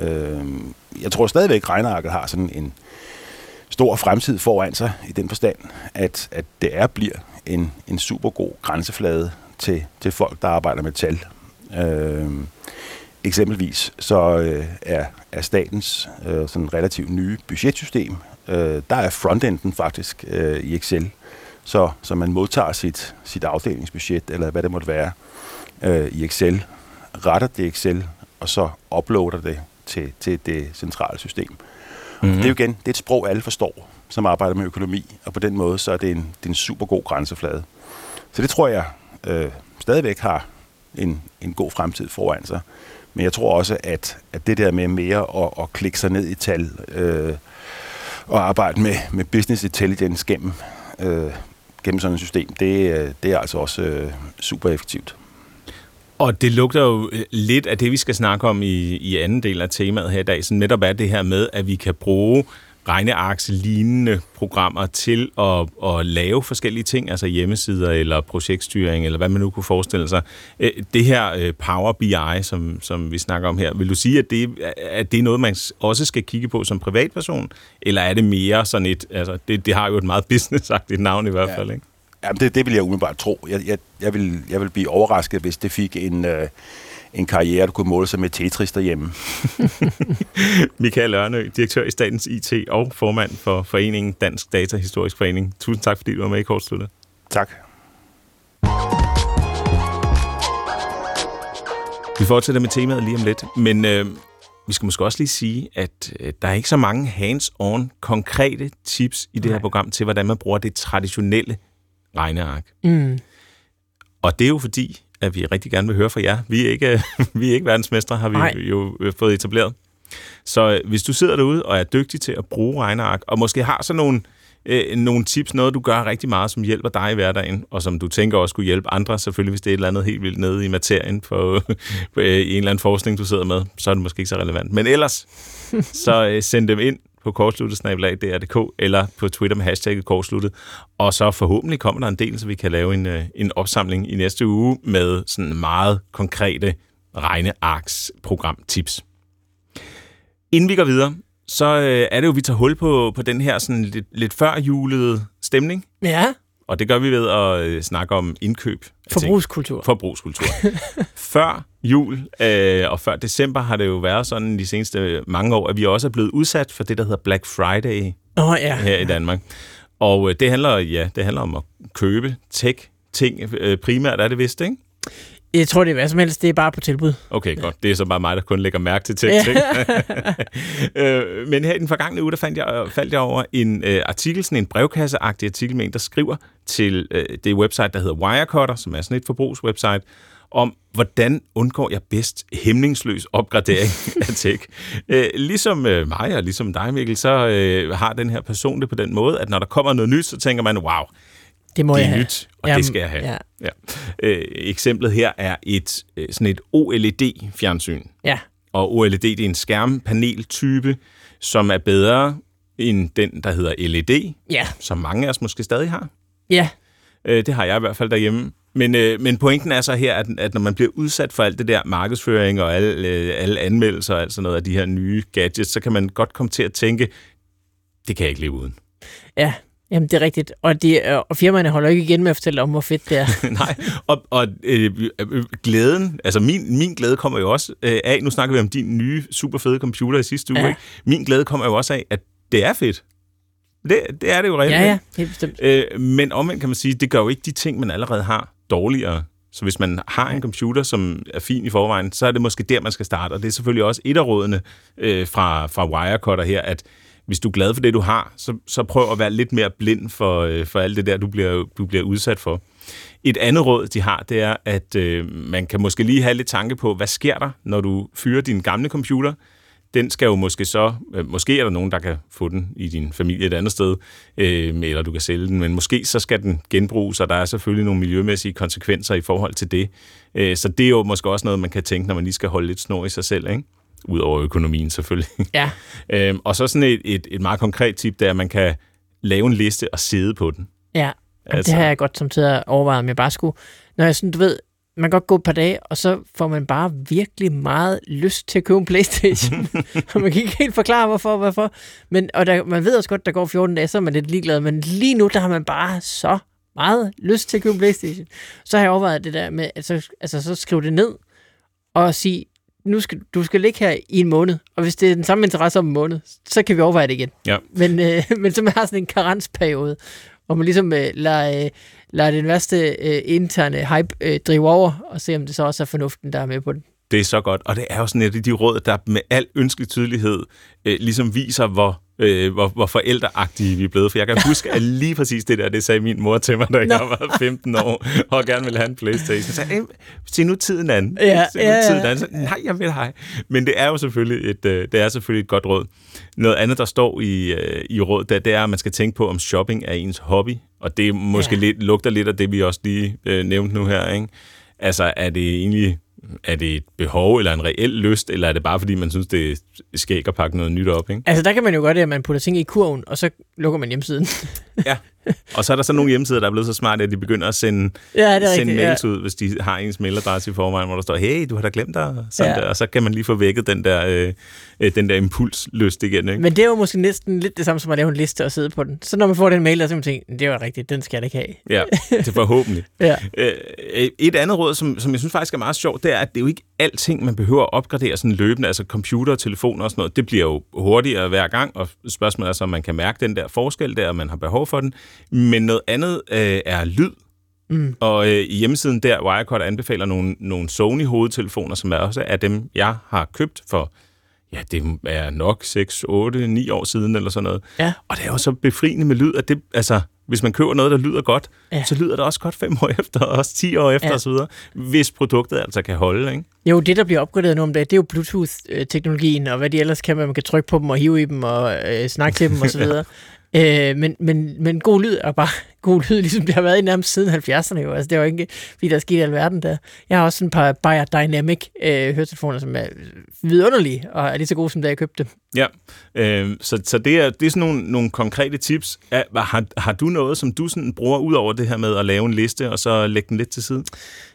Speaker 4: Jeg tror stadigvæk, at regnearket har sådan en stor fremtid foran sig i den forstand, at, at det er bliver en, en super god grænseflade til, til folk, der arbejder med tal. Øh, eksempelvis så øh, er, er statens øh, sådan relativt nye budgetsystem, øh, der er frontenden faktisk øh, i Excel, så, så man modtager sit, sit afdelingsbudget, eller hvad det måtte være, øh, i Excel, retter det i Excel, og så uploader det til, til det centrale system. Mm-hmm. Det er jo igen, det er et sprog, alle forstår, som arbejder med økonomi, og på den måde, så er det en, det er en super god grænseflade. Så det tror jeg øh, stadigvæk har en, en god fremtid foran sig. Men jeg tror også, at, at det der med mere at, at klikke sig ned i tal øh, og arbejde med, med business intelligence gennem, øh, gennem sådan et system, det, det er altså også øh, super effektivt.
Speaker 2: Og det lugter jo lidt af det, vi skal snakke om i, i anden del af temaet her i dag, så netop er det her med, at vi kan bruge regnearkslignende programmer til at, at lave forskellige ting, altså hjemmesider eller projektstyring, eller hvad man nu kunne forestille sig. Det her Power B I, som, som vi snakker om her, vil du sige, at det, at det er noget, man også skal kigge på som privatperson, eller er det mere sådan et, altså det, det har jo et meget businessagtigt navn i hvert fald,
Speaker 4: ja.
Speaker 2: Ikke?
Speaker 4: Jamen, det, det vil jeg umiddelbart tro. Jeg, jeg, jeg, vil, jeg vil blive overrasket, hvis det fik en, øh, en karriere, der kunne måle sig med Tetris derhjemme.
Speaker 2: Michael Ørnø, direktør i Statens I T og formand for foreningen Dansk Datahistorisk Forening. Tusind tak, fordi du var med i Kortsluttet.
Speaker 4: Tak.
Speaker 2: Vi fortsætter med temaet lige om lidt, men øh, vi skal måske også lige sige, at øh, der er ikke så mange hands-on konkrete tips i det her program til, hvordan man bruger det traditionelle regneark.
Speaker 3: Mm.
Speaker 2: Og det er jo fordi, at vi rigtig gerne vil høre fra jer. Vi er ikke, vi er ikke verdensmestre, har vi
Speaker 3: Nej.
Speaker 2: jo fået etableret. Så hvis du sidder derude og er dygtig til at bruge regneark, og måske har så nogle, øh, nogle tips, noget du gør rigtig meget, som hjælper dig i hverdagen, og som du tænker også kunne hjælpe andre, selvfølgelig hvis det er et eller andet helt vildt nede i materien på, på øh, en eller anden forskning, du sidder med, så er det måske ikke så relevant. Men ellers, så øh, send dem ind på kortsluttet snabel-a d r punktum d k eller på Twitter med hashtagget kortsluttet. Og så forhåbentlig kommer der en del, så vi kan lave en, en opsamling i næste uge med sådan meget konkrete regnearksprogramtips. Inden vi går videre, så øh, er det jo, vi tager hul på, på den her sådan lidt, lidt førjulede stemning.
Speaker 3: Ja.
Speaker 2: Og det gør vi ved at øh, snakke om indkøb.
Speaker 3: Forbrugskultur.
Speaker 2: Forbrugskultur. Før jul øh, og før december har det jo været sådan de seneste mange år, at vi også er blevet udsat for det, der hedder Black Friday
Speaker 3: oh, ja.
Speaker 2: her i Danmark. Og øh, det handler ja, det handler om at købe tech-ting. Øh, primært er det vist, ikke?
Speaker 3: Jeg tror, det er hvad som helst. Det er bare på tilbud.
Speaker 2: Okay, godt. Det er så bare mig, der kun lægger mærke til tech-ting. øh, men her i den forgangne uge, der fandt jeg, faldt jeg over en øh, artikel, sådan en brevkasseagtig artikel med en, der skriver til øh, det website, der hedder Wirecutter, som er sådan et forbrugswebsite, om hvordan undgår jeg bedst hæmningsløs opgradering af tech. Øh, ligesom øh, mig og ligesom dig, Mikkel, så øh, har den her person det på den måde, at når der kommer noget nyt, så tænker man, wow,
Speaker 3: det, må
Speaker 2: det er
Speaker 3: jeg
Speaker 2: nyt,
Speaker 3: have.
Speaker 2: og
Speaker 3: Jamen,
Speaker 2: det skal jeg have.
Speaker 3: Ja.
Speaker 2: Ja. Øh, eksemplet her er et øh, sådan et O L E D-fjernsyn.
Speaker 3: Ja.
Speaker 2: Og O L E D, det er en skærmpaneltype, som er bedre end den, der hedder L E D,
Speaker 3: Ja.
Speaker 2: som mange af os måske stadig har.
Speaker 3: Ja.
Speaker 2: Øh, det har jeg i hvert fald derhjemme. Men, øh, men pointen er så her, at, at når man bliver udsat for alt det der markedsføring og alle, øh, alle anmeldelser og alt sådan noget af de her nye gadgets, så kan man godt komme til at tænke, det kan jeg ikke leve uden.
Speaker 3: Ja. Jamen, det er rigtigt. Og, de, og firmaerne holder ikke igen med at fortælle om, hvor fedt det er.
Speaker 2: Nej, og, og øh, glæden, altså min, min glæde kommer jo også øh, af, nu snakker vi om din nye, super fede computer i sidste uge,
Speaker 3: ja.
Speaker 2: Ikke? Min glæde kommer jo også af, at det er fedt. Det, det er det jo reelt.
Speaker 3: Ja, ja, helt bestemt.
Speaker 2: Øh, men omvendt kan man sige, det gør jo ikke de ting, man allerede har, dårligere. Så hvis man har en computer, som er fin i forvejen, så er det måske der, man skal starte. Og det er selvfølgelig også et af rådene øh, fra, fra Wirecutter her, at hvis du er glad for det, du har, så, så prøv at være lidt mere blind for, øh, for alt det der, du bliver, du bliver udsat for. Et andet råd, de har, det er, at øh, man kan måske lige have lidt tanke på, hvad sker der, når du fyrer din gamle computer? Den skal jo måske så, øh, måske er der nogen, der kan få den i din familie et andet sted, øh, eller du kan sælge den, men måske så skal den genbruges, og der er selvfølgelig nogle miljømæssige konsekvenser i forhold til det. Øh, så det er jo måske også noget, man kan tænke, når man lige skal holde lidt snor i sig selv, ikke? Udover økonomien selvfølgelig.
Speaker 3: Ja.
Speaker 2: øhm, og så sådan et, et, et meget konkret tip, det er, at man kan lave en liste og sidde på den.
Speaker 3: Ja,
Speaker 2: altså.
Speaker 3: Det har jeg godt som tid overvejet, om jeg bare skulle. Når jeg sådan, du ved, man kan godt gå et par dage, og så får man bare virkelig meget lyst til at købe en PlayStation. Og man kan ikke helt forklare, hvorfor hvorfor. Men, og der, man ved også godt, der går fjorten dage, så er man lidt ligeglad. Men lige nu, der har man bare så meget lyst til at købe PlayStation, så har jeg overvejet det der med, at så, altså, så skrive det ned og sige, nu skal, du skal ligge her i en måned, og hvis det er den samme interesse om en måned, så kan vi overveje det igen.
Speaker 2: Ja.
Speaker 3: Men, øh, men så man har sådan en karensperiode, hvor man ligesom øh, lader, øh, lader den værste øh, interne hype øh, drive over, og se om det så også er fornuften, der er med på den.
Speaker 2: Det er så godt, og det er jo sådan et af de råd, der med al ønskelig tydelighed øh, ligesom viser, hvor, øh, hvor, hvor forældreagtige vi er blevet. For jeg kan huske, at lige præcis det der, det sagde min mor til mig, da jeg var femten år, og gerne ville have en PlayStation. Så sagde, se nu tiden an.
Speaker 3: Ja,
Speaker 2: se nu
Speaker 3: ja,
Speaker 2: tiden
Speaker 3: ja.
Speaker 2: an. Så, nej, jeg vil have. Men det er jo selvfølgelig et, øh, det er selvfølgelig et godt råd. Noget andet, der står i, øh, i råd, det, det er, at man skal tænke på, om shopping er ens hobby. Og det måske
Speaker 3: Ja.
Speaker 2: lidt, lugter lidt af det, vi også lige øh, nævnte nu her. Ikke? Altså, er det egentlig... Er det et behov, eller en reel lyst, eller er det bare, fordi man synes, det er skægt at pakke noget nyt op, ikke?
Speaker 3: Altså, der kan man jo godt det, at man putter ting i kurven, og så lukker man hjemmesiden.
Speaker 2: Ja, og så er der så nogle hjemmesider, der er blevet så smarte, at de begynder at sende,
Speaker 3: Ja, det er
Speaker 2: sende
Speaker 3: rigtigt,
Speaker 2: mails
Speaker 3: ja.
Speaker 2: ud, hvis de har ens mailadresse i forvejen, hvor der står, hey, du har da glemt dig, sådan
Speaker 3: Ja.
Speaker 2: der, og så kan man lige få vækket den der, øh, øh, den der impulslyst igen, ikke?
Speaker 3: Men det er jo måske næsten lidt det samme som at lave en liste og sidde på den. Så når man får den mail, så kan man tænke, det var rigtigt, den skal jeg da ikke have.
Speaker 2: Ja, det er forhåbentlig.
Speaker 3: Ja.
Speaker 2: Øh, Et andet råd, som, som jeg synes faktisk er meget sjovt, det er, at det er jo ikke alting, man behøver at opgradere sådan løbende, altså computer, telefoner og sådan noget, det bliver jo hurtigere hver gang, og spørgsmålet er så, om man kan mærke den der forskel der, og man har behov for den. Men noget andet øh, er lyd. Mm. Og øh, i hjemmesiden der, Wirecard anbefaler nogle, nogle Sony-hovedtelefoner, som er også er dem, jeg har købt for, ja, det er nok seks, otte, ni år siden, eller sådan noget.
Speaker 3: Ja.
Speaker 2: Og det er jo så befriende med lyd, at det, altså, hvis man køber noget, der lyder godt,
Speaker 3: Ja.
Speaker 2: så lyder det også godt fem år efter, og også ti år efter
Speaker 3: Ja.
Speaker 2: osv., hvis produktet altså kan holde, ikke?
Speaker 3: Jo, det der bliver opgraderet nu om dagen, det er jo Bluetooth-teknologien, og hvad de ellers kan, man kan trykke på dem og hive i dem og øh, snakke til dem osv. øh, men, men, men god lyd er bare god lyd, ligesom det har været i nærmest siden halvfjerdserne jo. Altså, det er jo ikke, fordi der er sket i alverden der. Jeg har også en par Bayer Dynamic øh, høretelefoner, som er vidunderlige, og er lige så gode, som da jeg købte dem.
Speaker 2: Ja, øh, så, så det er, det er sådan nogle, nogle konkrete tips. Er, har, har du noget, som du sådan bruger ud over det her med at lave en liste, og så lægge den lidt til side?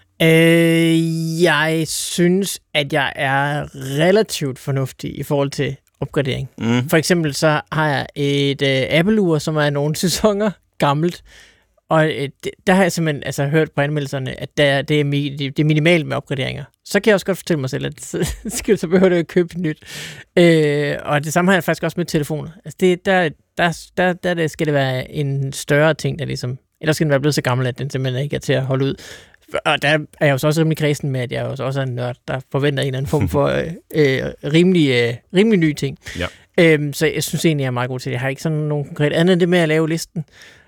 Speaker 3: Øh, jeg synes, at jeg er relativt fornuftig i forhold til opgradering.
Speaker 2: Mm.
Speaker 3: For eksempel så har jeg et øh, Apple-ur, som er nogle sæsoner gammelt, og øh, det, der har jeg simpelthen altså, hørt på anmeldelserne, at der, det, er mi, det, det er minimalt med opgraderinger. Så kan jeg også godt fortælle mig selv, at så, skal, så behøver du ikke købe nyt. Øh, og det samme har jeg faktisk også med telefoner. Altså det, der, der, der, der, der skal det være en større ting, der ligesom, ellers skal den være blevet så gammel, at den simpelthen ikke er til at holde ud. Og der er jeg jo så også rimelig kredsen med, at jeg jo også er en nørd, der forventer en eller anden form for øh, øh, rimelig, øh, rimelig nye ting.
Speaker 2: Ja.
Speaker 3: Øhm, så jeg synes egentlig, jeg er meget god til det. Jeg har ikke sådan nogen konkret andet end det med at lave listen.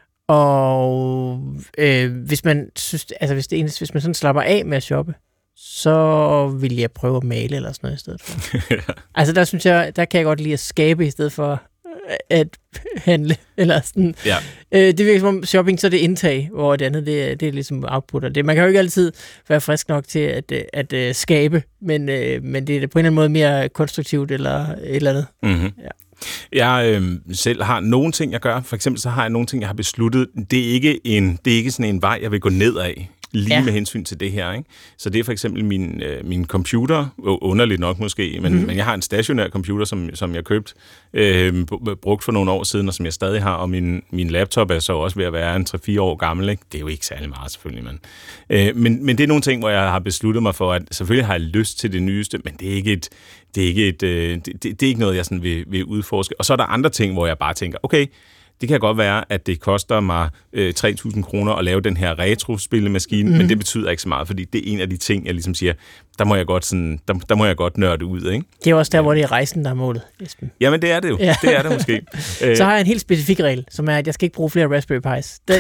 Speaker 3: Og øh, hvis man synes, altså hvis det eneste, hvis man sådan slapper af med at shoppe, så vil jeg prøve at male eller sådan noget i stedet for.
Speaker 2: Ja.
Speaker 3: Altså der synes jeg, der kan jeg godt lide at skabe i stedet for at handle, eller sådan.
Speaker 2: Ja.
Speaker 3: Øh, det virker som om shopping, så er det indtag, hvor det andet, det, er- det er ligesom output. Og det, man kan jo ikke altid være frisk nok til at, at, at, at skabe, men, øh, men det er på en eller anden måde mere konstruktivt, eller et eller andet.
Speaker 2: Mm-hmm.
Speaker 3: Ja.
Speaker 2: Jeg øh, selv har nogle ting, jeg gør. For eksempel så har jeg nogle ting, jeg har besluttet. Det er ikke, en, det er ikke sådan en vej, jeg vil gå ned af, lige
Speaker 3: Ja.
Speaker 2: med hensyn til det her. Ikke? Så det er for eksempel min, øh, min computer, underligt nok måske, men, mm-hmm. men jeg har en stationær computer, som, som jeg købte, øh, brugt for nogle år siden, og som jeg stadig har, og min, min laptop er så også ved at være en tre fire år gammel. Ikke? Det er jo ikke særlig meget selvfølgelig, men, øh, men, men det er nogle ting, hvor jeg har besluttet mig for, at selvfølgelig har jeg lyst til det nyeste, men det er ikke et, det er ikke, et, øh, det, det, det er ikke noget, jeg sådan vil, vil udforske. Og så er der andre ting, hvor jeg bare tænker, okay, det kan godt være, at det koster mig øh, tre tusind kroner at lave den her retro-spillemaskine, mm. men det betyder ikke så meget, fordi det er en af de ting, jeg ligesom siger, der må jeg godt, sådan, der, der må jeg godt nørde ud, ikke?
Speaker 3: Det er også der, hvor det er rejsen, der er målet, Esben.
Speaker 2: Jamen, det er det jo.
Speaker 3: Ja.
Speaker 2: Det er det måske.
Speaker 3: Så har jeg en helt specifik regel, som er, at jeg skal ikke bruge flere Raspberry Pis. Den,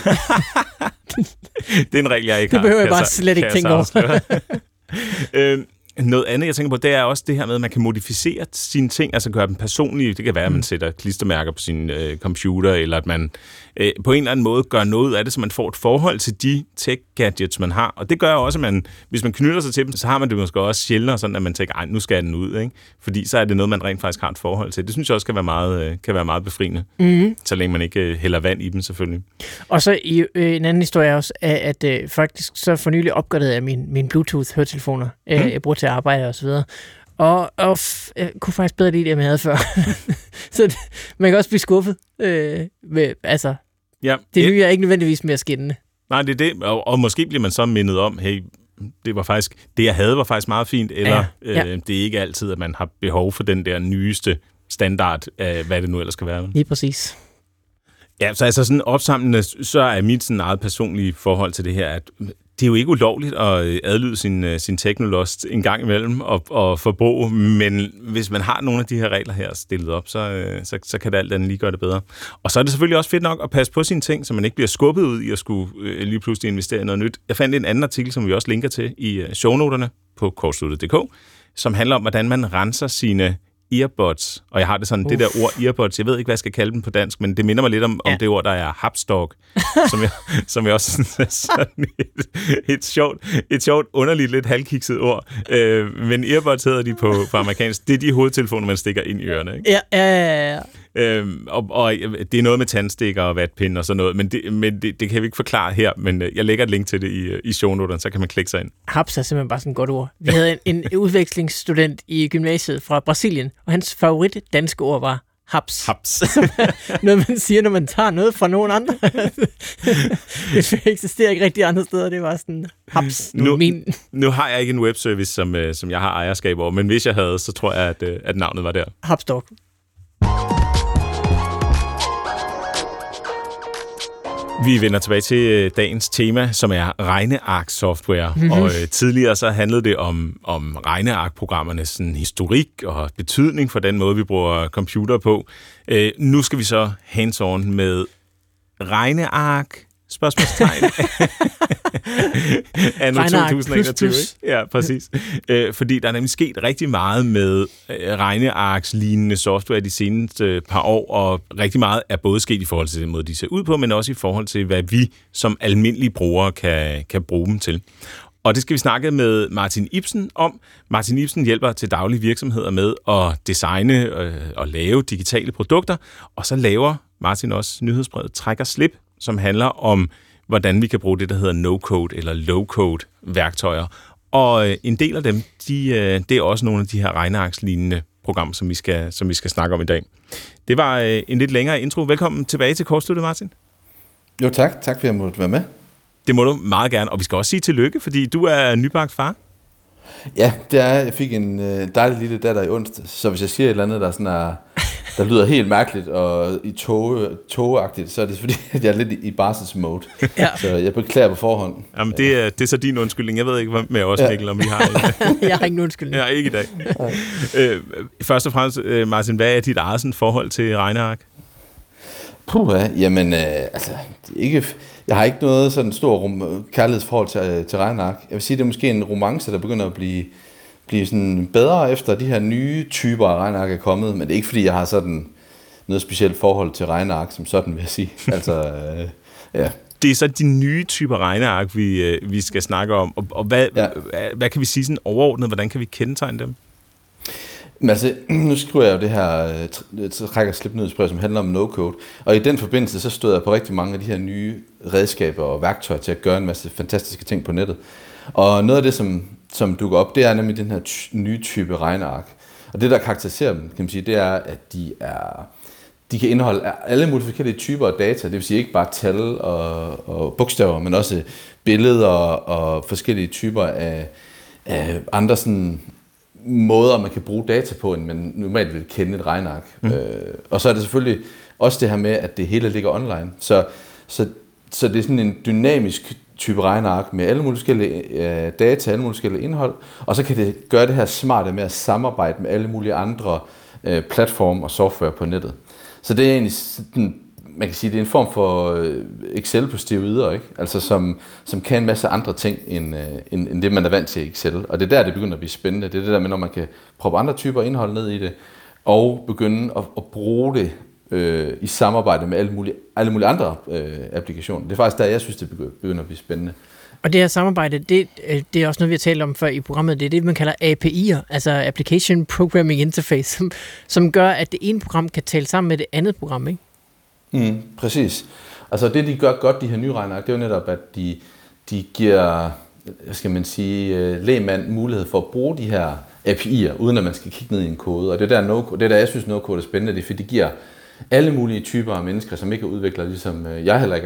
Speaker 2: Det er en regel, jeg ikke
Speaker 3: det
Speaker 2: har.
Speaker 3: behøver jeg
Speaker 2: kan
Speaker 3: bare
Speaker 2: så-
Speaker 3: slet ikke
Speaker 2: kan
Speaker 3: tænke
Speaker 2: jeg
Speaker 3: over.
Speaker 2: så afsløre. øh, Noget andet, jeg tænker på, det er også det her med, at man kan modificere sine ting, altså gøre dem personlige. Det kan være, at man sætter klistermærker på sin øh, computer, eller at man øh, på en eller anden måde gør noget af det, så man får et forhold til de tech-gadgets, man har. Og det gør også, at man, hvis man knytter sig til dem, så har man det måske også sjældnere, sådan at man tænker, ej, nu skal den ud, ikke? Fordi så er det noget, man rent faktisk har et forhold til. Det synes jeg også kan være meget, øh, kan være meget befriende, mm-hmm. så længe man ikke øh, hælder vand i dem, selvfølgelig.
Speaker 3: Og så i, øh, en anden historie er også, at, at øh, faktisk så for nylig opgraderede jeg mine min Bluetooth-høretelefoner. Øh, mm. Jeg bruger til at arbejde og så videre. Og, og f- jeg kunne faktisk bedre lide det, jeg havde før. Så det, man kan også blive skuffet. Øh, med, altså,
Speaker 2: Ja.
Speaker 3: det nye er ikke nødvendigvis mere skinnende.
Speaker 2: Nej, det er det, og, og måske bliver man så mindet om, hey, det var faktisk, det jeg havde var faktisk meget fint, eller ja, ja. Øh, det er ikke altid, at man har behov for den der nyeste standard af, hvad det nu ellers skal være.
Speaker 3: Lige præcis.
Speaker 2: Ja, så altså sådan opsamlende, så er mit sådan eget personlige forhold til det her, at det er jo ikke ulovligt at adlyde sin, sin teknolost en gang imellem og, og forbruge, men hvis man har nogle af de her regler her stillet op, så, så, så kan det alt andet lige gøre det bedre. Og så er det selvfølgelig også fedt nok at passe på sine ting, så man ikke bliver skubbet ud i at skulle øh, lige pludselig investere i noget nyt. Jeg fandt en anden artikel, som vi også linker til i shownoterne på kortsluttet punktum d k, som handler om, hvordan man renser sine earbuds, og jeg har det sådan, Uf. det der ord earbuds, jeg ved ikke, hvad jeg skal kalde dem på dansk, men det minder mig lidt om, ja. om det ord, der er hapstok, som jeg, som jeg også synes er sådan et, et, sjovt, et sjovt, underligt, lidt halvkikset ord. Øh, men earbuds hedder de på, på amerikansk. Det er de hovedtelefoner, man stikker ind i ørerne, ikke?
Speaker 3: Ja, ja, ja.
Speaker 2: Øhm, og, og det er noget med tandstikker og vatpind og sådan noget, men, det, men det, det kan vi ikke forklare her, men jeg lægger et link til det i, i shownoterne, så kan man klikke sig ind.
Speaker 3: Haps er simpelthen bare sådan et godt ord. Vi havde en, en udvekslingsstudent i gymnasiet fra Brasilien, og hans favorit danske ord var haps.
Speaker 2: Haps.
Speaker 3: Noget, man siger, når man tager noget fra nogen andre. Det eksisterer ikke rigtig andre steder, det var sådan haps.
Speaker 2: Nu,
Speaker 3: min.
Speaker 2: nu har jeg ikke en webservice, som, som jeg har ejerskab over, men hvis jeg havde, så tror jeg, at, at navnet var der.
Speaker 3: Hapstok.
Speaker 2: Vi vender tilbage til dagens tema, som er regneark-software. Mm-hmm. Og øh, tidligere så handlede det om, om regneark-programmernes sådan, historik og betydning for den måde, vi bruger computer på. Øh, nu skal vi så hands-on med regneark, spørgsmålstegn. Anno to tusind og enogtyve, ikke? Ja, præcis. Øh, fordi der er nemlig sket rigtig meget med øh, regnearks-lignende software de seneste par år, og rigtig meget er både sket i forhold til den måde, de ser ud på, men også i forhold til, hvad vi som almindelige brugere kan, kan bruge dem til. Og det skal vi snakke med Martin Ipsen om. Martin Ipsen hjælper til daglige virksomheder med at designe øh, og lave digitale produkter, og så laver Martin også nyhedsbrevet Træk og Slip, som handler om, hvordan vi kan bruge det, der hedder no-code eller low-code værktøjer. Og øh, en del af dem, de, øh, det er også nogle af de her regnearkslignende programmer, som vi skal, som vi skal snakke om i dag. Det var øh, en lidt længere intro. Velkommen tilbage til Kortsluttet, Martin.
Speaker 5: Jo tak. Tak for, at jeg måtte være med.
Speaker 2: Det må du meget gerne. Og vi skal også sige tillykke, fordi du er nybagt far.
Speaker 5: Ja, det er. Jeg fik en øh, dejlig lille datter i onsdag, så hvis jeg siger et eller andet, der sådan er, der lyder helt mærkeligt og i tog, togagtigt, så er det fordi, at jeg er lidt i barselsmode. Ja. Så jeg beklager på forhånd.
Speaker 2: Jamen, det er, det er så din undskyldning. Jeg ved ikke, hvad med os, ja. Mikkel, om vi har en.
Speaker 3: Jeg har ikke en undskyldning.
Speaker 2: Ja, ikke i dag. øh, først og fremmest, Martin, hvad er dit eget sådan, forhold til regneark?
Speaker 5: Puh, ja. Jamen, øh, altså, ikke... Jeg har ikke noget sådan stor rom- kærlighedsforhold til, til regneark. Jeg vil sige, det er måske en romance, der begynder at blive, blive sådan bedre efter de her nye typer af regneark er kommet, men det er ikke fordi, jeg har sådan noget specielt forhold til regneark, som sådan vil jeg sige. Altså, øh, ja.
Speaker 2: Det er så de nye typer regneark, vi, øh, vi skal snakke om, og, og hvad, ja. hvad, hvad kan vi sige sådan overordnet, hvordan kan vi kendetegne dem?
Speaker 5: Men altså, nu skriver jeg jo det her Træk og Slip nyhedsbrev, som handler om no-code, og i den forbindelse, så støder jeg på rigtig mange af de her nye redskaber og værktøjer til at gøre en masse fantastiske ting på nettet. Og noget af det, som, som dukker op, det er nemlig den her ty- nye type regneark. Og det, der karakteriserer dem, kan man sige, det er, at de er... De kan indeholde alle mulige forskellige typer af data, det vil sige ikke bare tal og, og bogstaver, men også billeder og forskellige typer af, af andre sådan måder, man kan bruge data på, end man normalt vil kende et regneark. Mm. Øh, og så er det selvfølgelig også det her med, at det hele ligger online. Så, så, så det er sådan en dynamisk type regneark med alle mulige forskellige øh, data, alle mulige forskellige indhold, og så kan det gøre det her smarte med at samarbejde med alle mulige andre øh, platforme og software på nettet. Så det er egentlig sådan, man kan sige, det er en form for Excel på steroider, ikke? Altså som, som kan en masse andre ting, end, end, end det, man er vant til i Excel. Og det er der, det begynder at blive spændende. Det er det der med, når man kan proppe andre typer indhold ned i det, og begynde at, at bruge det øh, i samarbejde med alle mulige, alle mulige andre øh, applikationer. Det er faktisk der, jeg synes, det begynder at blive spændende.
Speaker 3: Og det her samarbejde, det, det er også noget, vi har talt om før i programmet, det er det, man kalder A P I'er, altså Application Programming Interface, som, som gør, at det ene program kan tale sammen med det andet program, ikke?
Speaker 5: Mm, præcis. Altså det, de gør godt, de her nye regneark, det er jo netop, at de, de giver, hvad skal man sige, lægmand mulighed for at bruge de her A P I'er, uden at man skal kigge ned i en kode. Og det er der, no, det er der jeg synes, no-code er spændende, det er, fordi det giver alle mulige typer af mennesker, som ikke er udviklere, ligesom jeg heller ikke er,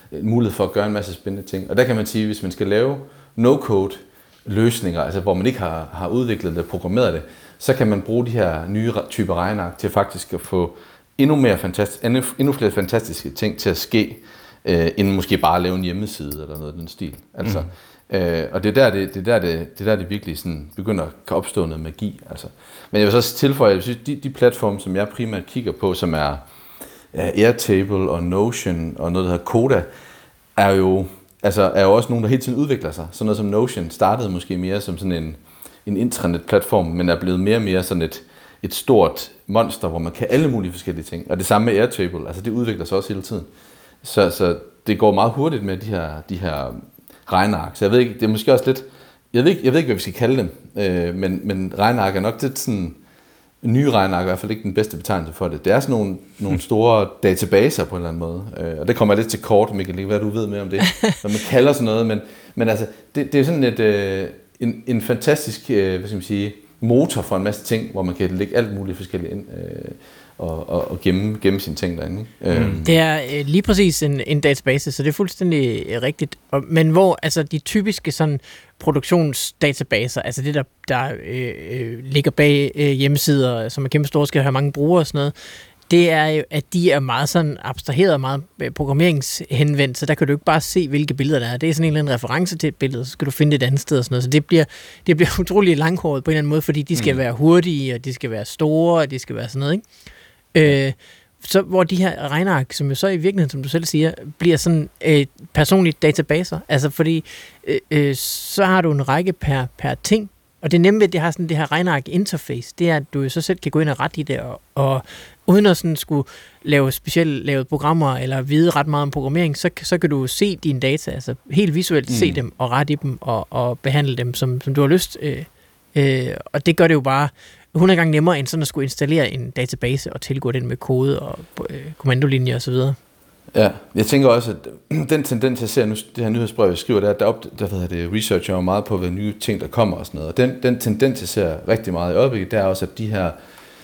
Speaker 5: mulighed for at gøre en masse spændende ting. Og der kan man sige, hvis man skal lave no-code løsninger, altså hvor man ikke har, har udviklet det, programmeret det, så kan man bruge de her nye typer regneark til faktisk at få endnu, mere fantastisk, endnu, endnu flere fantastiske ting til at ske, øh, end måske bare at lave en hjemmeside eller noget af den stil. Altså, mm. øh, og det er der, det, det, er der, det, det, er der, det virkelig sådan begynder at opstå noget magi. Altså. Men jeg vil så tilføje, at de, de platforme, som jeg primært kigger på, som er ja, Airtable og Notion og noget, der hedder Coda, er jo, altså, er jo også nogen, der hele tiden udvikler sig. Sådan noget som Notion startede måske mere som sådan en, en intranet-platform, men er blevet mere og mere sådan et, et stort monster, hvor man kan alle mulige forskellige ting. Og det samme med Airtable, altså det udvikler sig også hele tiden. Så, så det går meget hurtigt med de her, de her regneark. Så jeg ved ikke, det er måske også lidt, jeg ved ikke, jeg ved ikke hvad vi skal kalde dem, øh, men, men regneark er nok lidt sådan, nye regneark er i hvert fald ikke den bedste betegnelse for det. Det er sådan nogle, nogle store databaser på en eller anden måde, øh, og det kommer lidt til kort, Michael, hvad du ved mere om det, hvad man kalder sådan noget, men, men altså, det, det er sådan et, øh, en, en fantastisk, øh, hvad skal man sige, motor for en masse ting, hvor man kan lægge alt muligt forskelligt ind øh, og, og, og gemme, gemme sine ting derinde. Ikke? Mm.
Speaker 3: Det er øh, lige præcis en, en database, så det er fuldstændig øh, rigtigt. Og, men hvor altså de typiske sådan produktionsdatabaser, altså det der, der øh, øh, ligger bag øh, hjemmesider, som er kæmpe store, skal have mange brugere og sådan noget, det er jo, at de er meget sådan abstraheret, meget programmeringshenvendt, så der kan du ikke bare se, hvilke billeder der er. Det er sådan en eller anden reference til et billede, så skal du finde det et andet sted og sådan noget. Så det bliver, det bliver utroligt langhåret på en eller anden måde, fordi de skal mm. være hurtige, og de skal være store, og de skal være sådan noget, ikke? Øh, så hvor de her regneark, som jo så i virkeligheden, som du selv siger, bliver sådan øh, personlige databaser. Altså fordi, øh, øh, så har du en række per, per ting, og det nemme ved, at det har sådan det her regneark-interface, det er, at du jo så selv kan gå ind og rette i det, og, og uden at sådan skulle lave specielt lavet programmer, eller vide ret meget om programmering, så, så kan du se dine data, altså helt visuelt mm. se dem, og rette i dem, og, og behandle dem, som, som du har lyst. Øh, øh, og det gør det jo bare hundrede gange nemmere, end sådan at skulle installere en database, og tilgå den med kode, og øh, kommandolinjer osv.
Speaker 5: Ja, jeg tænker også, at den tendens, jeg ser nu, det her nyhedsbrev, jeg skriver, der, der, op, der hedder det, researcher jo meget på, hvad nye ting, der kommer og sådan noget. Og den, den tendens, jeg ser rigtig meget i øjeblikket, det er også, at de her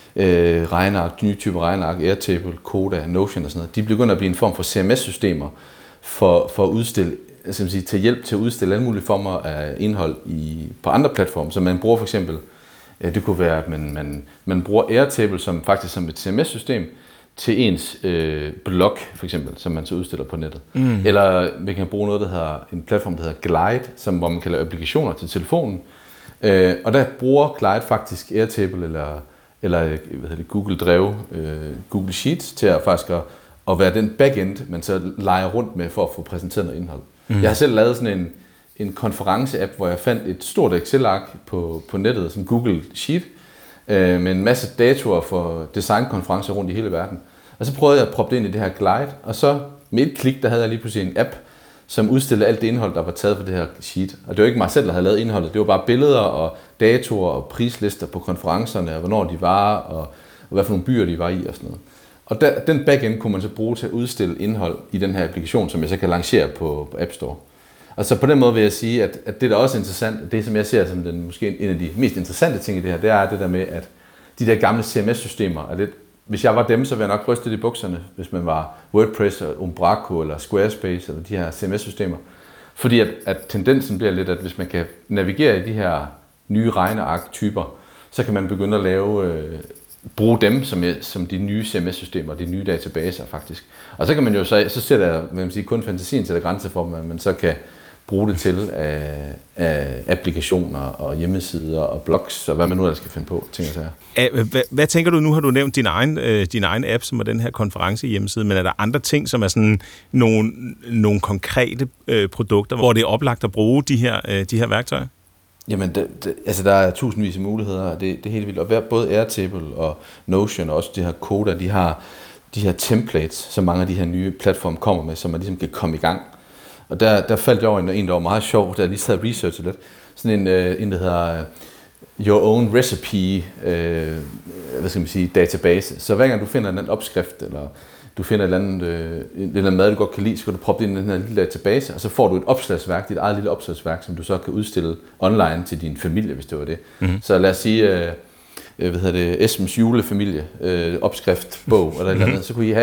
Speaker 5: øh, regneark, nye typer regneark, Airtable, Coda, Notion og sådan noget, de begynder at blive en form for C M S-systemer for, for at udstille, altså sige, til hjælp til at udstille alle mulige former af indhold i, på andre platforme. Så man bruger for eksempel, øh, det kunne være, at man, man, man bruger Airtable som, faktisk som et C M S-system, til ens øh, blog, for eksempel, som man så udstiller på nettet. Mm. Eller man kan bruge noget, der hedder en platform, der hedder Glide, som, hvor man kan lave applikationer til telefonen. Øh, og der bruger Glide faktisk Airtable eller, eller hvad hedder det, Google Drive, øh, Google Sheets, til at faktisk at, at være den backend, man så leger rundt med for at få præsenteret noget indhold. Mm. Jeg har selv lavet sådan en, en konference-app, hvor jeg fandt et stort Excel-ark på, på nettet, sådan Google Sheet, øh, med en masse datoer for designkonferencer rundt i hele verden. Og så prøvede jeg at proppe det ind i det her Glide, og så med et klik, der havde jeg lige pludselig en app, som udstillede alt det indhold, der var taget på det her sheet. Og det var ikke mig selv, der havde lavet indholdet, det var bare billeder og datoer og prislister på konferencerne, og hvornår de var, og, og hvad for nogle byer de var i og sådan noget. Og der, den backend kunne man så bruge til at udstille indhold i den her applikation, som jeg så kan lancere på, på App Store. Og så på den måde vil jeg sige, at, at det der også er interessant, det som jeg ser som den, måske en af de mest interessante ting i det her, det er det der med, at de der gamle C M S-systemer er lidt. Hvis jeg var dem, så ville jeg nok ryste i bukserne, hvis man var WordPress, Umbraco eller Squarespace eller de her C M S-systemer. Fordi at, at tendensen bliver lidt, at hvis man kan navigere i de her nye regneark-typer, så kan man begynde at lave, øh, bruge dem som, som de nye C M S-systemer, de nye databaser faktisk. Og så kan man jo så, så ser der, hvad man siger, kun fantasien til der grænse for, at man så kan bruge det til af, af applikationer og hjemmesider og blogs og hvad man nu ellers skal finde på, tænker jeg.
Speaker 2: Hvad, hvad tænker du nu? Har du nævnt din egen, øh, din egen app, som er den her konference hjemmeside, men er der andre ting, som er sådan nogle, nogle konkrete øh, produkter, hvor det er oplagt at bruge de her, øh, de her værktøjer?
Speaker 5: Jamen, det, det, altså der er tusindvis af muligheder, og det, det er helt vildt. Og både Airtable og Notion og også de her Coda, de har de her templates, som mange af de her nye platforme kommer med, så man ligesom kan komme i gang. Og der, der faldt jeg over en, en der var meget sjov, da jeg lige sad og researchede lidt. Sådan en, øh, en der hedder Your Own Recipe, øh, hvad skal man sige, database. Så hver gang du finder en opskrift, eller du finder et eller andet, øh, en eller anden mad, du godt kan lide, så kan du proppe det ind i den her lille database, og så får du et opslagsværk, dit eget lille opslagsværk, som du så kan udstille online til din familie, hvis det var det. Mm-hmm. Så lad os sige, øh, hvad hedder det, Esbens julefamilie, øh, opskrift, bog, eller et eller andet, så kunne I have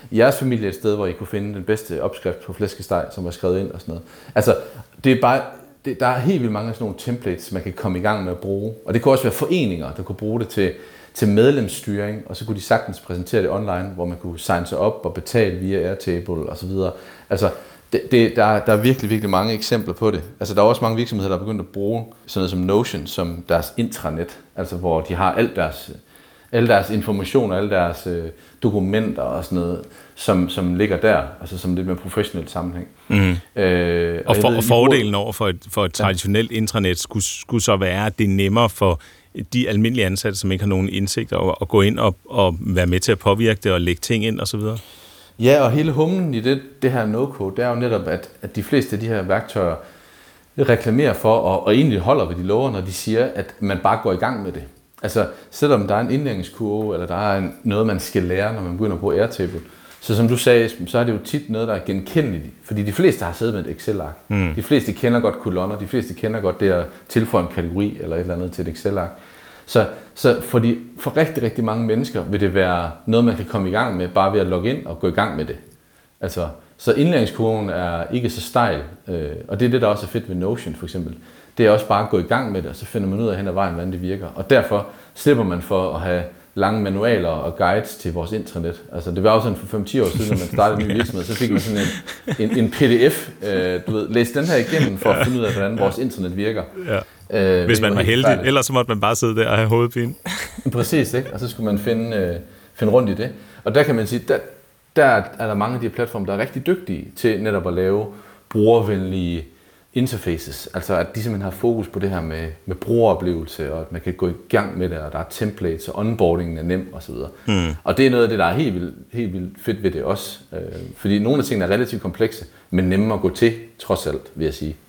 Speaker 5: i jeres familie et sted, hvor I kunne finde den bedste opskrift på flæskesteg, som var skrevet ind og sådan noget. Altså, det er bare, det, der er helt vildt mange af sådan nogle templates, man kan komme i gang med at bruge. Og det kunne også være foreninger, der kunne bruge det til, til medlemsstyring, og så kunne de sagtens præsentere det online, hvor man kunne signe sig op og betale via Airtable og så videre. Altså, det, det, der, er, der er virkelig, virkelig mange eksempler på det. Altså, der er også mange virksomheder, der er begyndt at bruge sådan noget som Notion som deres intranet, altså hvor de har alt deres, alle deres informationer, alle deres øh, dokumenter og sådan noget, som, som ligger der, altså som lidt mere professionelt sammenhæng. Mm. Øh, og
Speaker 2: og, for,
Speaker 5: ved,
Speaker 2: og fordelen over for et, for et traditionelt ja. intranet skulle, skulle så være, at det er nemmere for de almindelige ansatte, som ikke har nogen indsigt, at, at gå ind og, og være med til at påvirke det og lægge ting ind osv.?
Speaker 5: Ja, og hele humlen i det, det her no-code, det er jo netop, at, at de fleste af de her værktøjer reklamerer for, og, og egentlig holder ved de lover, når de siger, at man bare går i gang med det. Altså, selvom der er en indlæringskurve, eller der er en, noget, man skal lære, når man begynder at bruge Airtable, så som du sagde, så er det jo tit noget, der er genkendeligt. Fordi de fleste har siddet med et Excel-ark. Mm. De fleste kender godt kolonner, de fleste kender godt det at tilføje en kategori eller et eller andet til et Excel-ark. Så, så for, de, for rigtig, rigtig mange mennesker vil det være noget, man kan komme i gang med, bare ved at logge ind og gå i gang med det. Altså, så indlæringskurven er ikke så stejl, øh, og det er det, der også er fedt ved Notion for eksempel. Det er også bare at gå i gang med det, og så finder man ud af hen ad vejen, hvordan det virker. Og derfor slipper man for at have lange manualer og guides til vores intranet. Altså, det var jo sådan for fem til ti år siden, når man startede en ny virksomhed, så fik man sådan en, en, en P D F. Øh, du ved, læs den her igennem for at finde ud af, hvordan vores internet virker. Ja.
Speaker 2: Øh, Hvis man var heldig, færdigt. Ellers så måtte man bare sidde der og have hovedpine.
Speaker 5: Præcis, ikke? Og så skulle man finde, øh, finde rundt i det. Og der kan man sige, der, der er der mange af de platforme, der er rigtig dygtige til netop at lave brugervenlige interfaces. Altså at de simpelthen har fokus på det her med, med brugeroplevelse, og at man kan gå i gang med det, og der er templates, og onboardingen er nem osv. Mm. Og det er noget af det, der er helt vildt, helt vildt fedt ved det også. Øh, fordi nogle af tingene er relativt komplekse, men nemme at gå til, trods alt, vil jeg sige.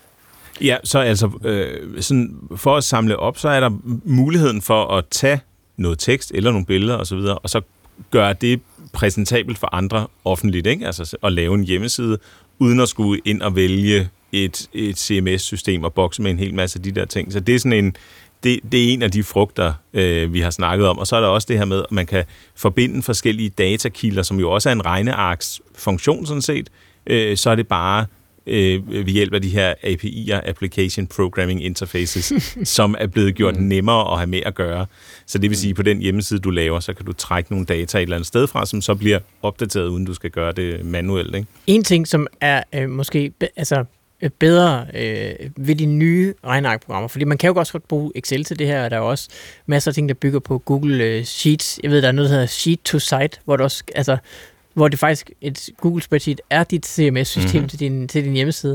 Speaker 2: Ja, så altså, øh, sådan, for at samle op, så er der muligheden for at tage noget tekst eller nogle billeder osv., og, og så gøre det præsentabelt for andre offentligt, ikke? Altså at lave en hjemmeside, uden at skulle ind og vælge et, et C M S-system og bokse med en hel masse af de der ting. Så det er sådan en, det, det er en af de frugter, øh, vi har snakket om. Og så er der også det her med, at man kan forbinde forskellige datakilder, som jo også er en regnearks funktion sådan set. Øh, så er det bare øh, ved hjælp af de her A P I'er, Application Programming Interfaces, som er blevet gjort nemmere at have med at gøre. Så det vil sige, at på den hjemmeside, du laver, så kan du trække nogle data et eller andet sted fra, som så bliver opdateret, uden du skal gøre det manuelt, ikke?
Speaker 3: En ting, som er øh, måske be- altså, bedre øh, ved de nye regnearkprogrammer, fordi man kan jo også godt bruge Excel til det her, og der er også masser af ting, der bygger på Google øh, Sheets. Jeg ved, der er noget, der hedder Sheet to Site, hvor det også, altså, hvor det faktisk, et Google Spreadsheet er dit C M S-system mm-hmm. til, din, til din hjemmeside.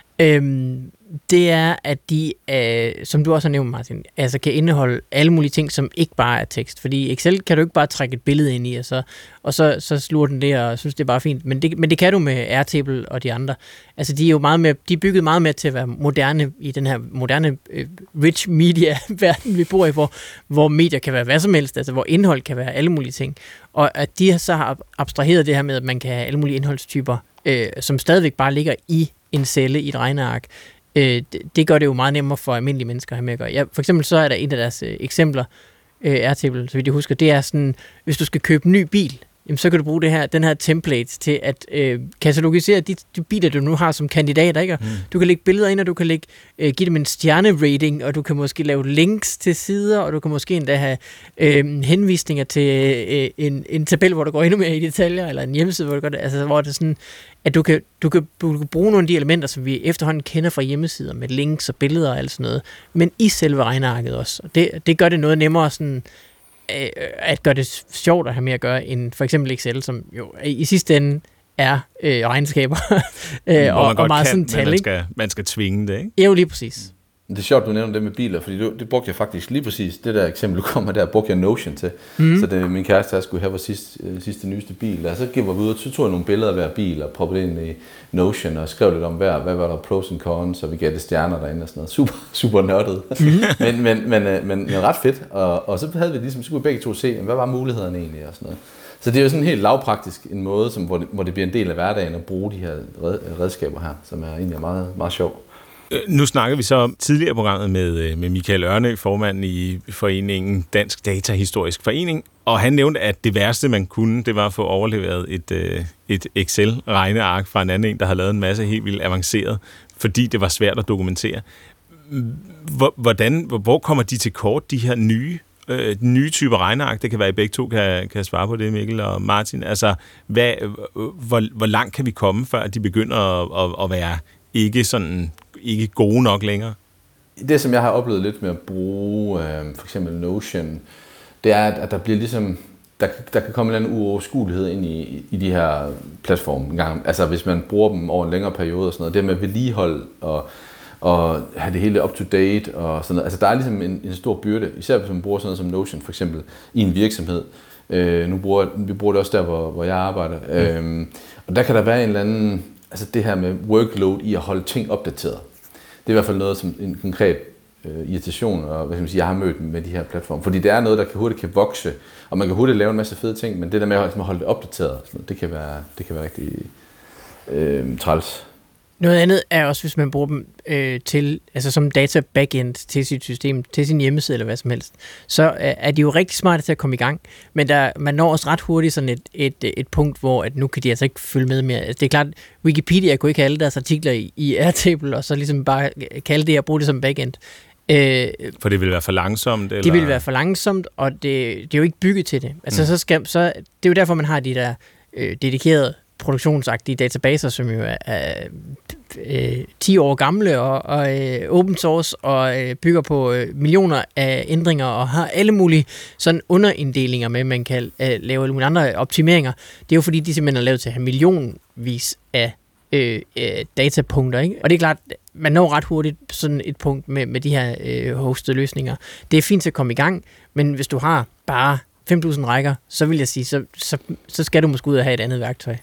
Speaker 3: Øhm, det er, at de, øh, som du også har nævnt, Martin, altså kan indeholde alle mulige ting, som ikke bare er tekst. Fordi i Excel kan du ikke bare trække et billede ind i, og så, og så, så sluger den det, og synes, det er bare fint. Men det, men det kan du med Airtable og de andre. Altså, de er jo meget mere, de er bygget meget mere til at være moderne i den her moderne øh, rich media-verden, vi bor i, hvor, hvor medier kan være hvad som helst, altså hvor indhold kan være alle mulige ting. Og at de så har abstraheret det her med, at man kan have alle mulige indholdstyper, øh, som stadigvæk bare ligger i en celle i et regneark. Øh, det, det gør det jo meget nemmere for almindelige mennesker at have med at gøre. Ja, for eksempel så er der et af deres øh, eksempler, øh, Airtable, så vidt jeg husker, det er sådan, hvis du skal købe en ny bil, jamen, så kan du bruge det her, den her template til at øh, katalogisere de, de biler, du nu har som kandidater. Ikke? Mm. Du kan lægge billeder ind, og du kan lægge, øh, give dem en stjerne-rating, og du kan måske lave links til sider, og du kan måske endda have øh, henvisninger til øh, en, en tabel, hvor du går endnu mere i detaljer, eller en hjemmeside, hvor du gør det, altså, hvor det er sådan, at du kan, du, kan, du kan bruge nogle af de elementer, som vi efterhånden kender fra hjemmesider, med links og billeder og alt sådan noget, men i selve regnearket også. Og det, det gør det noget nemmere sådan, at gøre det sjovt at have med at gøre end for eksempel Excel, som jo i sidste ende er øh, regnskaber øh, og, og meget sådan tal,
Speaker 2: man skal, man skal tvinge det, ikke?
Speaker 3: Ja, jo lige præcis.
Speaker 5: Det er sjovt, du nævner det med biler, fordi det, det brugte jeg faktisk lige præcis, det der eksempel, du kommer der, brugte jeg Notion til. Mm. Så det min kæreste, der skulle have vores sidste, sidste nyeste bil, og så gik vi ud, og så tog jeg nogle billeder af hver bil, og proppede ind i Notion, og skrev lidt om hver, hvad var der pros and cons, og vi gav det stjerner derinde og sådan noget. Super, super nørdet. Mm. men, men, men, men, men, men ret fedt, og, og så havde vi ligesom, så kunne vi begge to se, hvad var mulighederne egentlig, og sådan noget. Så det er jo sådan helt lavpraktisk en måde, som, hvor, det, hvor det bliver en del af hverdagen at bruge de her red, redskaber her, som er egentlig meget, meget sjov.
Speaker 2: Nu snakker vi så om tidligere programmet med, med Michael Ørnø, formand i foreningen Dansk Datahistorisk Forening, og han nævnte, at det værste, man kunne, det var at få overleveret et, et Excel-regneark fra en anden en, der har lavet en masse helt vildt avanceret, fordi det var svært at dokumentere. Hvordan, hvor kommer de til kort, de her nye, øh, nye typer regneark? Det kan være, at I begge to kan, kan svare på det, Mikkel og Martin. Altså, hvad, hvor, hvor langt kan vi komme, før de begynder at, at, at være ikke sådan ikke gode nok længere?
Speaker 5: Det, som jeg har oplevet lidt med at bruge øh, for eksempel Notion, det er, at der bliver ligesom, der, der kan komme en eller anden uoverskuelighed ind i, i de her platforme. Altså, hvis man bruger dem over en længere periode og sådan noget, det med vedligehold og, og have det hele up to date og sådan noget. Altså, der er ligesom en, en stor byrde, især hvis man bruger sådan noget som Notion for eksempel i en virksomhed. Øh, nu bruger vi bruger det også der, hvor, hvor jeg arbejder. Mm. Øh, og der kan der være en eller anden, altså det her med workload i at holde ting opdateret. Det er i hvert fald noget som en konkret øh, irritation, og hvad skal man sige, jeg har mødt med de her platforme. Fordi det er noget, der kan hurtigt kan vokse, og man kan hurtigt lave en masse fede ting, men det der med at holde det opdateret, sådan noget, det, kan være, det kan være rigtig øh, træls.
Speaker 3: Noget andet er også, hvis man bruger dem øh, til, altså som data backend til sit system, til sin hjemmeside eller hvad som helst, så øh, er de jo rigtig smarte til at komme i gang, men der, man når også ret hurtigt sådan et, et, et punkt, hvor at nu kan de altså ikke følge med mere. Altså, det er klart, Wikipedia kunne ikke have alle deres artikler i, i Airtable, og så ligesom bare kalde det og bruge det som backend. Øh,
Speaker 2: for det vil være for langsomt? Eller?
Speaker 3: Det vil være for langsomt, og det, det er jo ikke bygget til det. Altså, mm. så skal, så, det er jo derfor, man har de der øh, dedikerede produktionsagtige databaser, som jo er, er øh, ti år gamle og, og øh, open source og øh, bygger på øh, millioner af ændringer og har alle mulige sådan underinddelinger med, man kan øh, lave alle mulige andre optimeringer. Det er jo fordi, de simpelthen er lavet til at have millionvis af øh, øh, datapunkter, ikke? Og det er klart, man når ret hurtigt sådan et punkt med, med de her øh, hostede løsninger. Det er fint at komme i gang, men hvis du har bare fem tusind rækker, så vil jeg sige, så, så, så skal du måske ud og have et andet værktøj.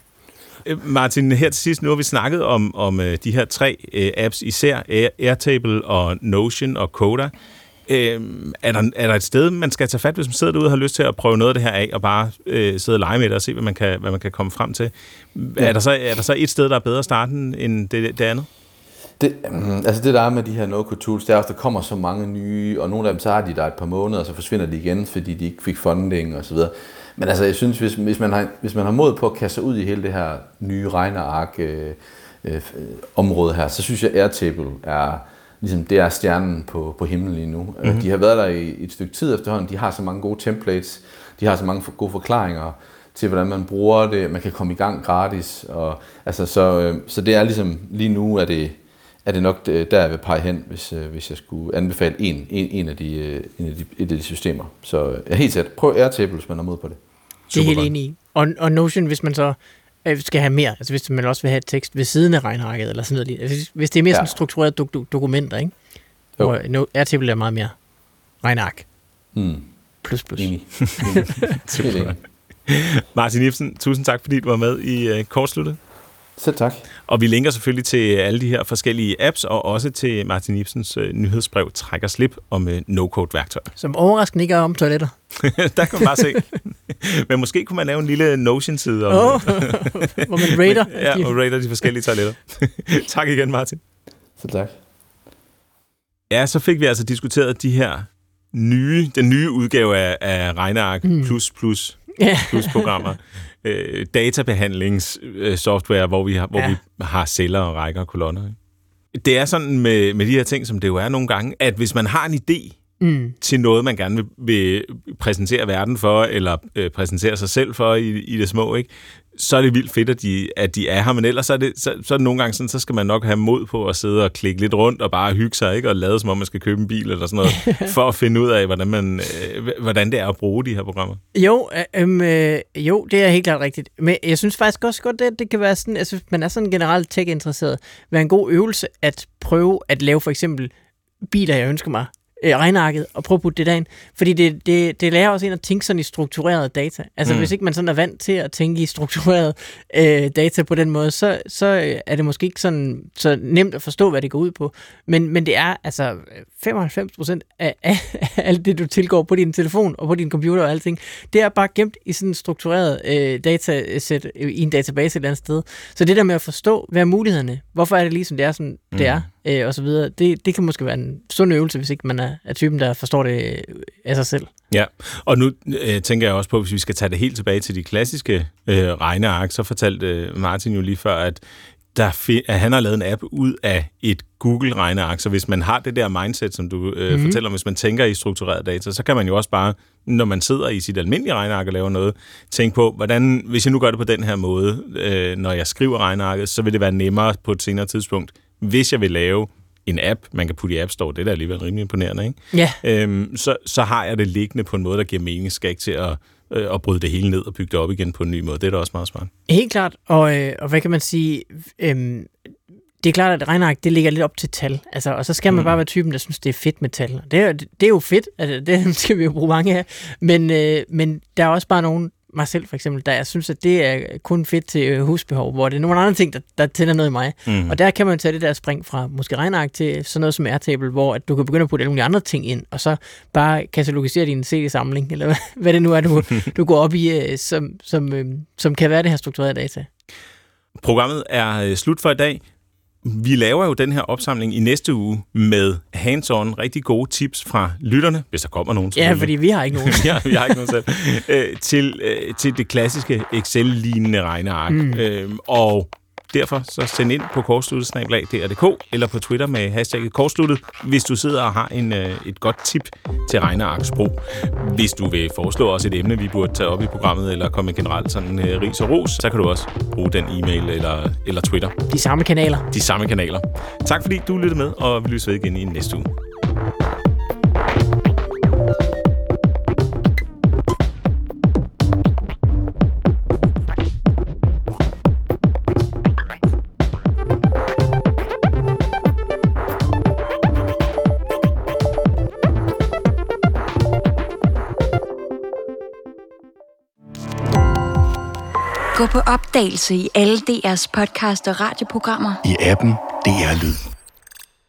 Speaker 2: Martin, her til sidst, nu har vi snakket om, om de her tre uh, apps, især Airtable og Notion og Coda. Uh, er, der, er der et sted, man skal tage fat, hvis man sidder derude og har lyst til at prøve noget af det her af, og bare uh, sidde og lege med det og se, hvad man kan, hvad man kan komme frem til? Ja. Er, der så, er der så et sted, der er bedre at starte end det, det andet?
Speaker 5: Det, altså det der er med de her no-code tools, det er også, der kommer så mange nye, og nogle af dem så har de der et par måneder, og så forsvinder de igen, fordi de ikke fik funding og så videre. Men altså, jeg synes, hvis, hvis, man har, hvis man har mod på at kaste sig ud i hele det her nye regneark øh, øh, område her, så synes jeg, Airtable er, ligesom, det er stjernen på, på himlen lige nu. Mm-hmm. De har været der i et stykke tid efterhånden, de har så mange gode templates, de har så mange gode forklaringer til, hvordan man bruger det, man kan komme i gang gratis, og, altså, så, øh, så det er ligesom, lige nu er det, er det nok der, jeg vil pege hen, hvis, hvis jeg skulle anbefale en, en, en, af de, en af de, et af de systemer. Så jeg er helt sikkert, prøv Airtable, hvis man har mod på det.
Speaker 3: Det er helt enig i. Og, og Notion, hvis man så øh, skal have mere, altså hvis man også vil have et tekst ved siden af regnearket, eller sådan noget. Hvis, hvis det er mere ja. sådan struktureret do- do- dokumenter, ikke? Og no, Airtable er meget mere regneark.
Speaker 5: Mm.
Speaker 3: Plus, plus.
Speaker 5: Enig.
Speaker 2: Super. Martin Ipsen, tusind tak, fordi du var med i uh, Kortsluttet.
Speaker 5: Selv tak.
Speaker 2: Og vi linker selvfølgelig til alle de her forskellige apps, og også til Martin Ipsens uh, nyhedsbrev Træk og Slip om uh, no-code-værktøj.
Speaker 3: Som overraskende ikke er om toiletter.
Speaker 2: Der kan man bare se. Men måske kunne man lave en lille Notion-side om,
Speaker 3: oh, hvor man rater.
Speaker 2: Ja, og rater de forskellige toiletter. Tak igen, Martin.
Speaker 5: Selv tak.
Speaker 2: Ja, så fik vi altså diskuteret de her nye, den nye udgave af, af regneark mm. plus plus plus programmer. Øh, databehandlingssoftware, hvor vi har, hvor ja. vi har celler og rækker og kolonner. Det er sådan med, med de her ting, som det jo er nogle gange, at hvis man har en idé mm. til noget, man gerne vil, vil præsentere verden for, eller øh, præsentere sig selv for i, i det små, ikke? Så er det vildt fedt, at de, at de er her, men ellers så er, det, så, så er det nogle gange sådan, så skal man nok have mod på at sidde og klikke lidt rundt og bare hygge sig, ikke? Og lade som om man skal købe en bil eller sådan noget, for at finde ud af, hvordan, man, øh, hvordan det er at bruge de her programmer.
Speaker 3: Jo, øh, øh, jo, det er helt klart rigtigt. Men jeg synes faktisk også godt, at det kan være sådan, altså man er sådan generelt tech-interesseret, være en god øvelse at prøve at lave for eksempel biler, jeg ønsker mig, regnearket og prøve at putte det derind. Fordi det, det, det lærer også en at tænke sådan i struktureret data. Altså mm. hvis ikke man sådan er vant til at tænke i struktureret øh, data på den måde, så, så er det måske ikke sådan så nemt at forstå, hvad det går ud på. Men, men det er altså femoghalvfems procent af, af, af alt det, du tilgår på din telefon og på din computer og alting, det er bare gemt i sådan en struktureret øh, datasæt i en database et eller andet sted. Så det der med at forstå, hvad er mulighederne? Hvorfor er det ligesom det er, som mm. det er? øh, og så videre. Det, det kan måske være en sund øvelse, hvis ikke man er, er typen, der forstår det af sig selv.
Speaker 2: Ja, og nu øh, tænker jeg også på, hvis vi skal tage det helt tilbage til de klassiske øh, regneark, så fortalte øh, Martin jo lige før, at, der fi- at han har lavet en app ud af et Google-regneark, så hvis man har det der mindset, som du øh, mm-hmm. fortæller, hvis man tænker i struktureret data, så kan man jo også bare, når man sidder i sit almindelige regneark og laver noget, tænke på, hvordan, hvis jeg nu gør det på den her måde, øh, når jeg skriver regnearket, så vil det være nemmere på et senere tidspunkt, hvis jeg vil lave en app, man kan putte i App Store, det er da alligevel rimelig imponerende, ikke?
Speaker 3: Ja.
Speaker 2: Øhm, så, så har jeg det liggende på en måde, der giver mening, skal ikke til at, øh, at bryde det hele ned og bygge det op igen på en ny måde. Det er da også meget smart.
Speaker 3: Helt klart, og, øh, og hvad kan man sige, øhm, det er klart, at regneark, det ligger lidt op til tal, altså, og så skal man mm. bare være typen, der synes, det er fedt med tal. Det er, det er jo fedt, altså, det skal vi jo bruge mange af, men, øh, men der er også bare nogen, mig selv for eksempel, der jeg synes, at det er kun fedt til husbehov, hvor det er nogle andre ting, der, der tænder noget i mig. Mm. Og der kan man tage det der spring fra måske regneark til sådan noget som Airtable, hvor at du kan begynde at putte alle mulige andre ting ind, og så bare katalogisere din C D-samling, eller hvad det nu er, du, du går op i, som, som, som kan være det her strukturerede data.
Speaker 2: Programmet er slut for i dag. Vi laver jo den her opsamling i næste uge med hands-on rigtig gode tips fra lytterne, hvis der kommer nogen.
Speaker 3: Ja, fordi vi har ikke nogen.
Speaker 2: ja, vi har ikke nogen selv. Øh, til, øh, til det klassiske Excel-lignende regneark. Mm. Øh, og derfor så send ind på kortsluttet snabel-a d r punktum d k eller på Twitter med hashtagget kortsluttet, hvis du sidder og har en, øh, et godt tip til regnearksbrug. Hvis du vil foreslå os et emne, vi burde tage op i programmet, eller komme med generelt sådan øh, ris og ros, så kan du også bruge den e-mail eller, eller Twitter.
Speaker 3: De samme kanaler.
Speaker 2: De samme kanaler. Tak fordi du lyttede med, og vi lyttes ved igen i næste uge.
Speaker 6: Gå på opdagelse i alle D R's podcast og radioprogrammer.
Speaker 7: I appen D R Lyd.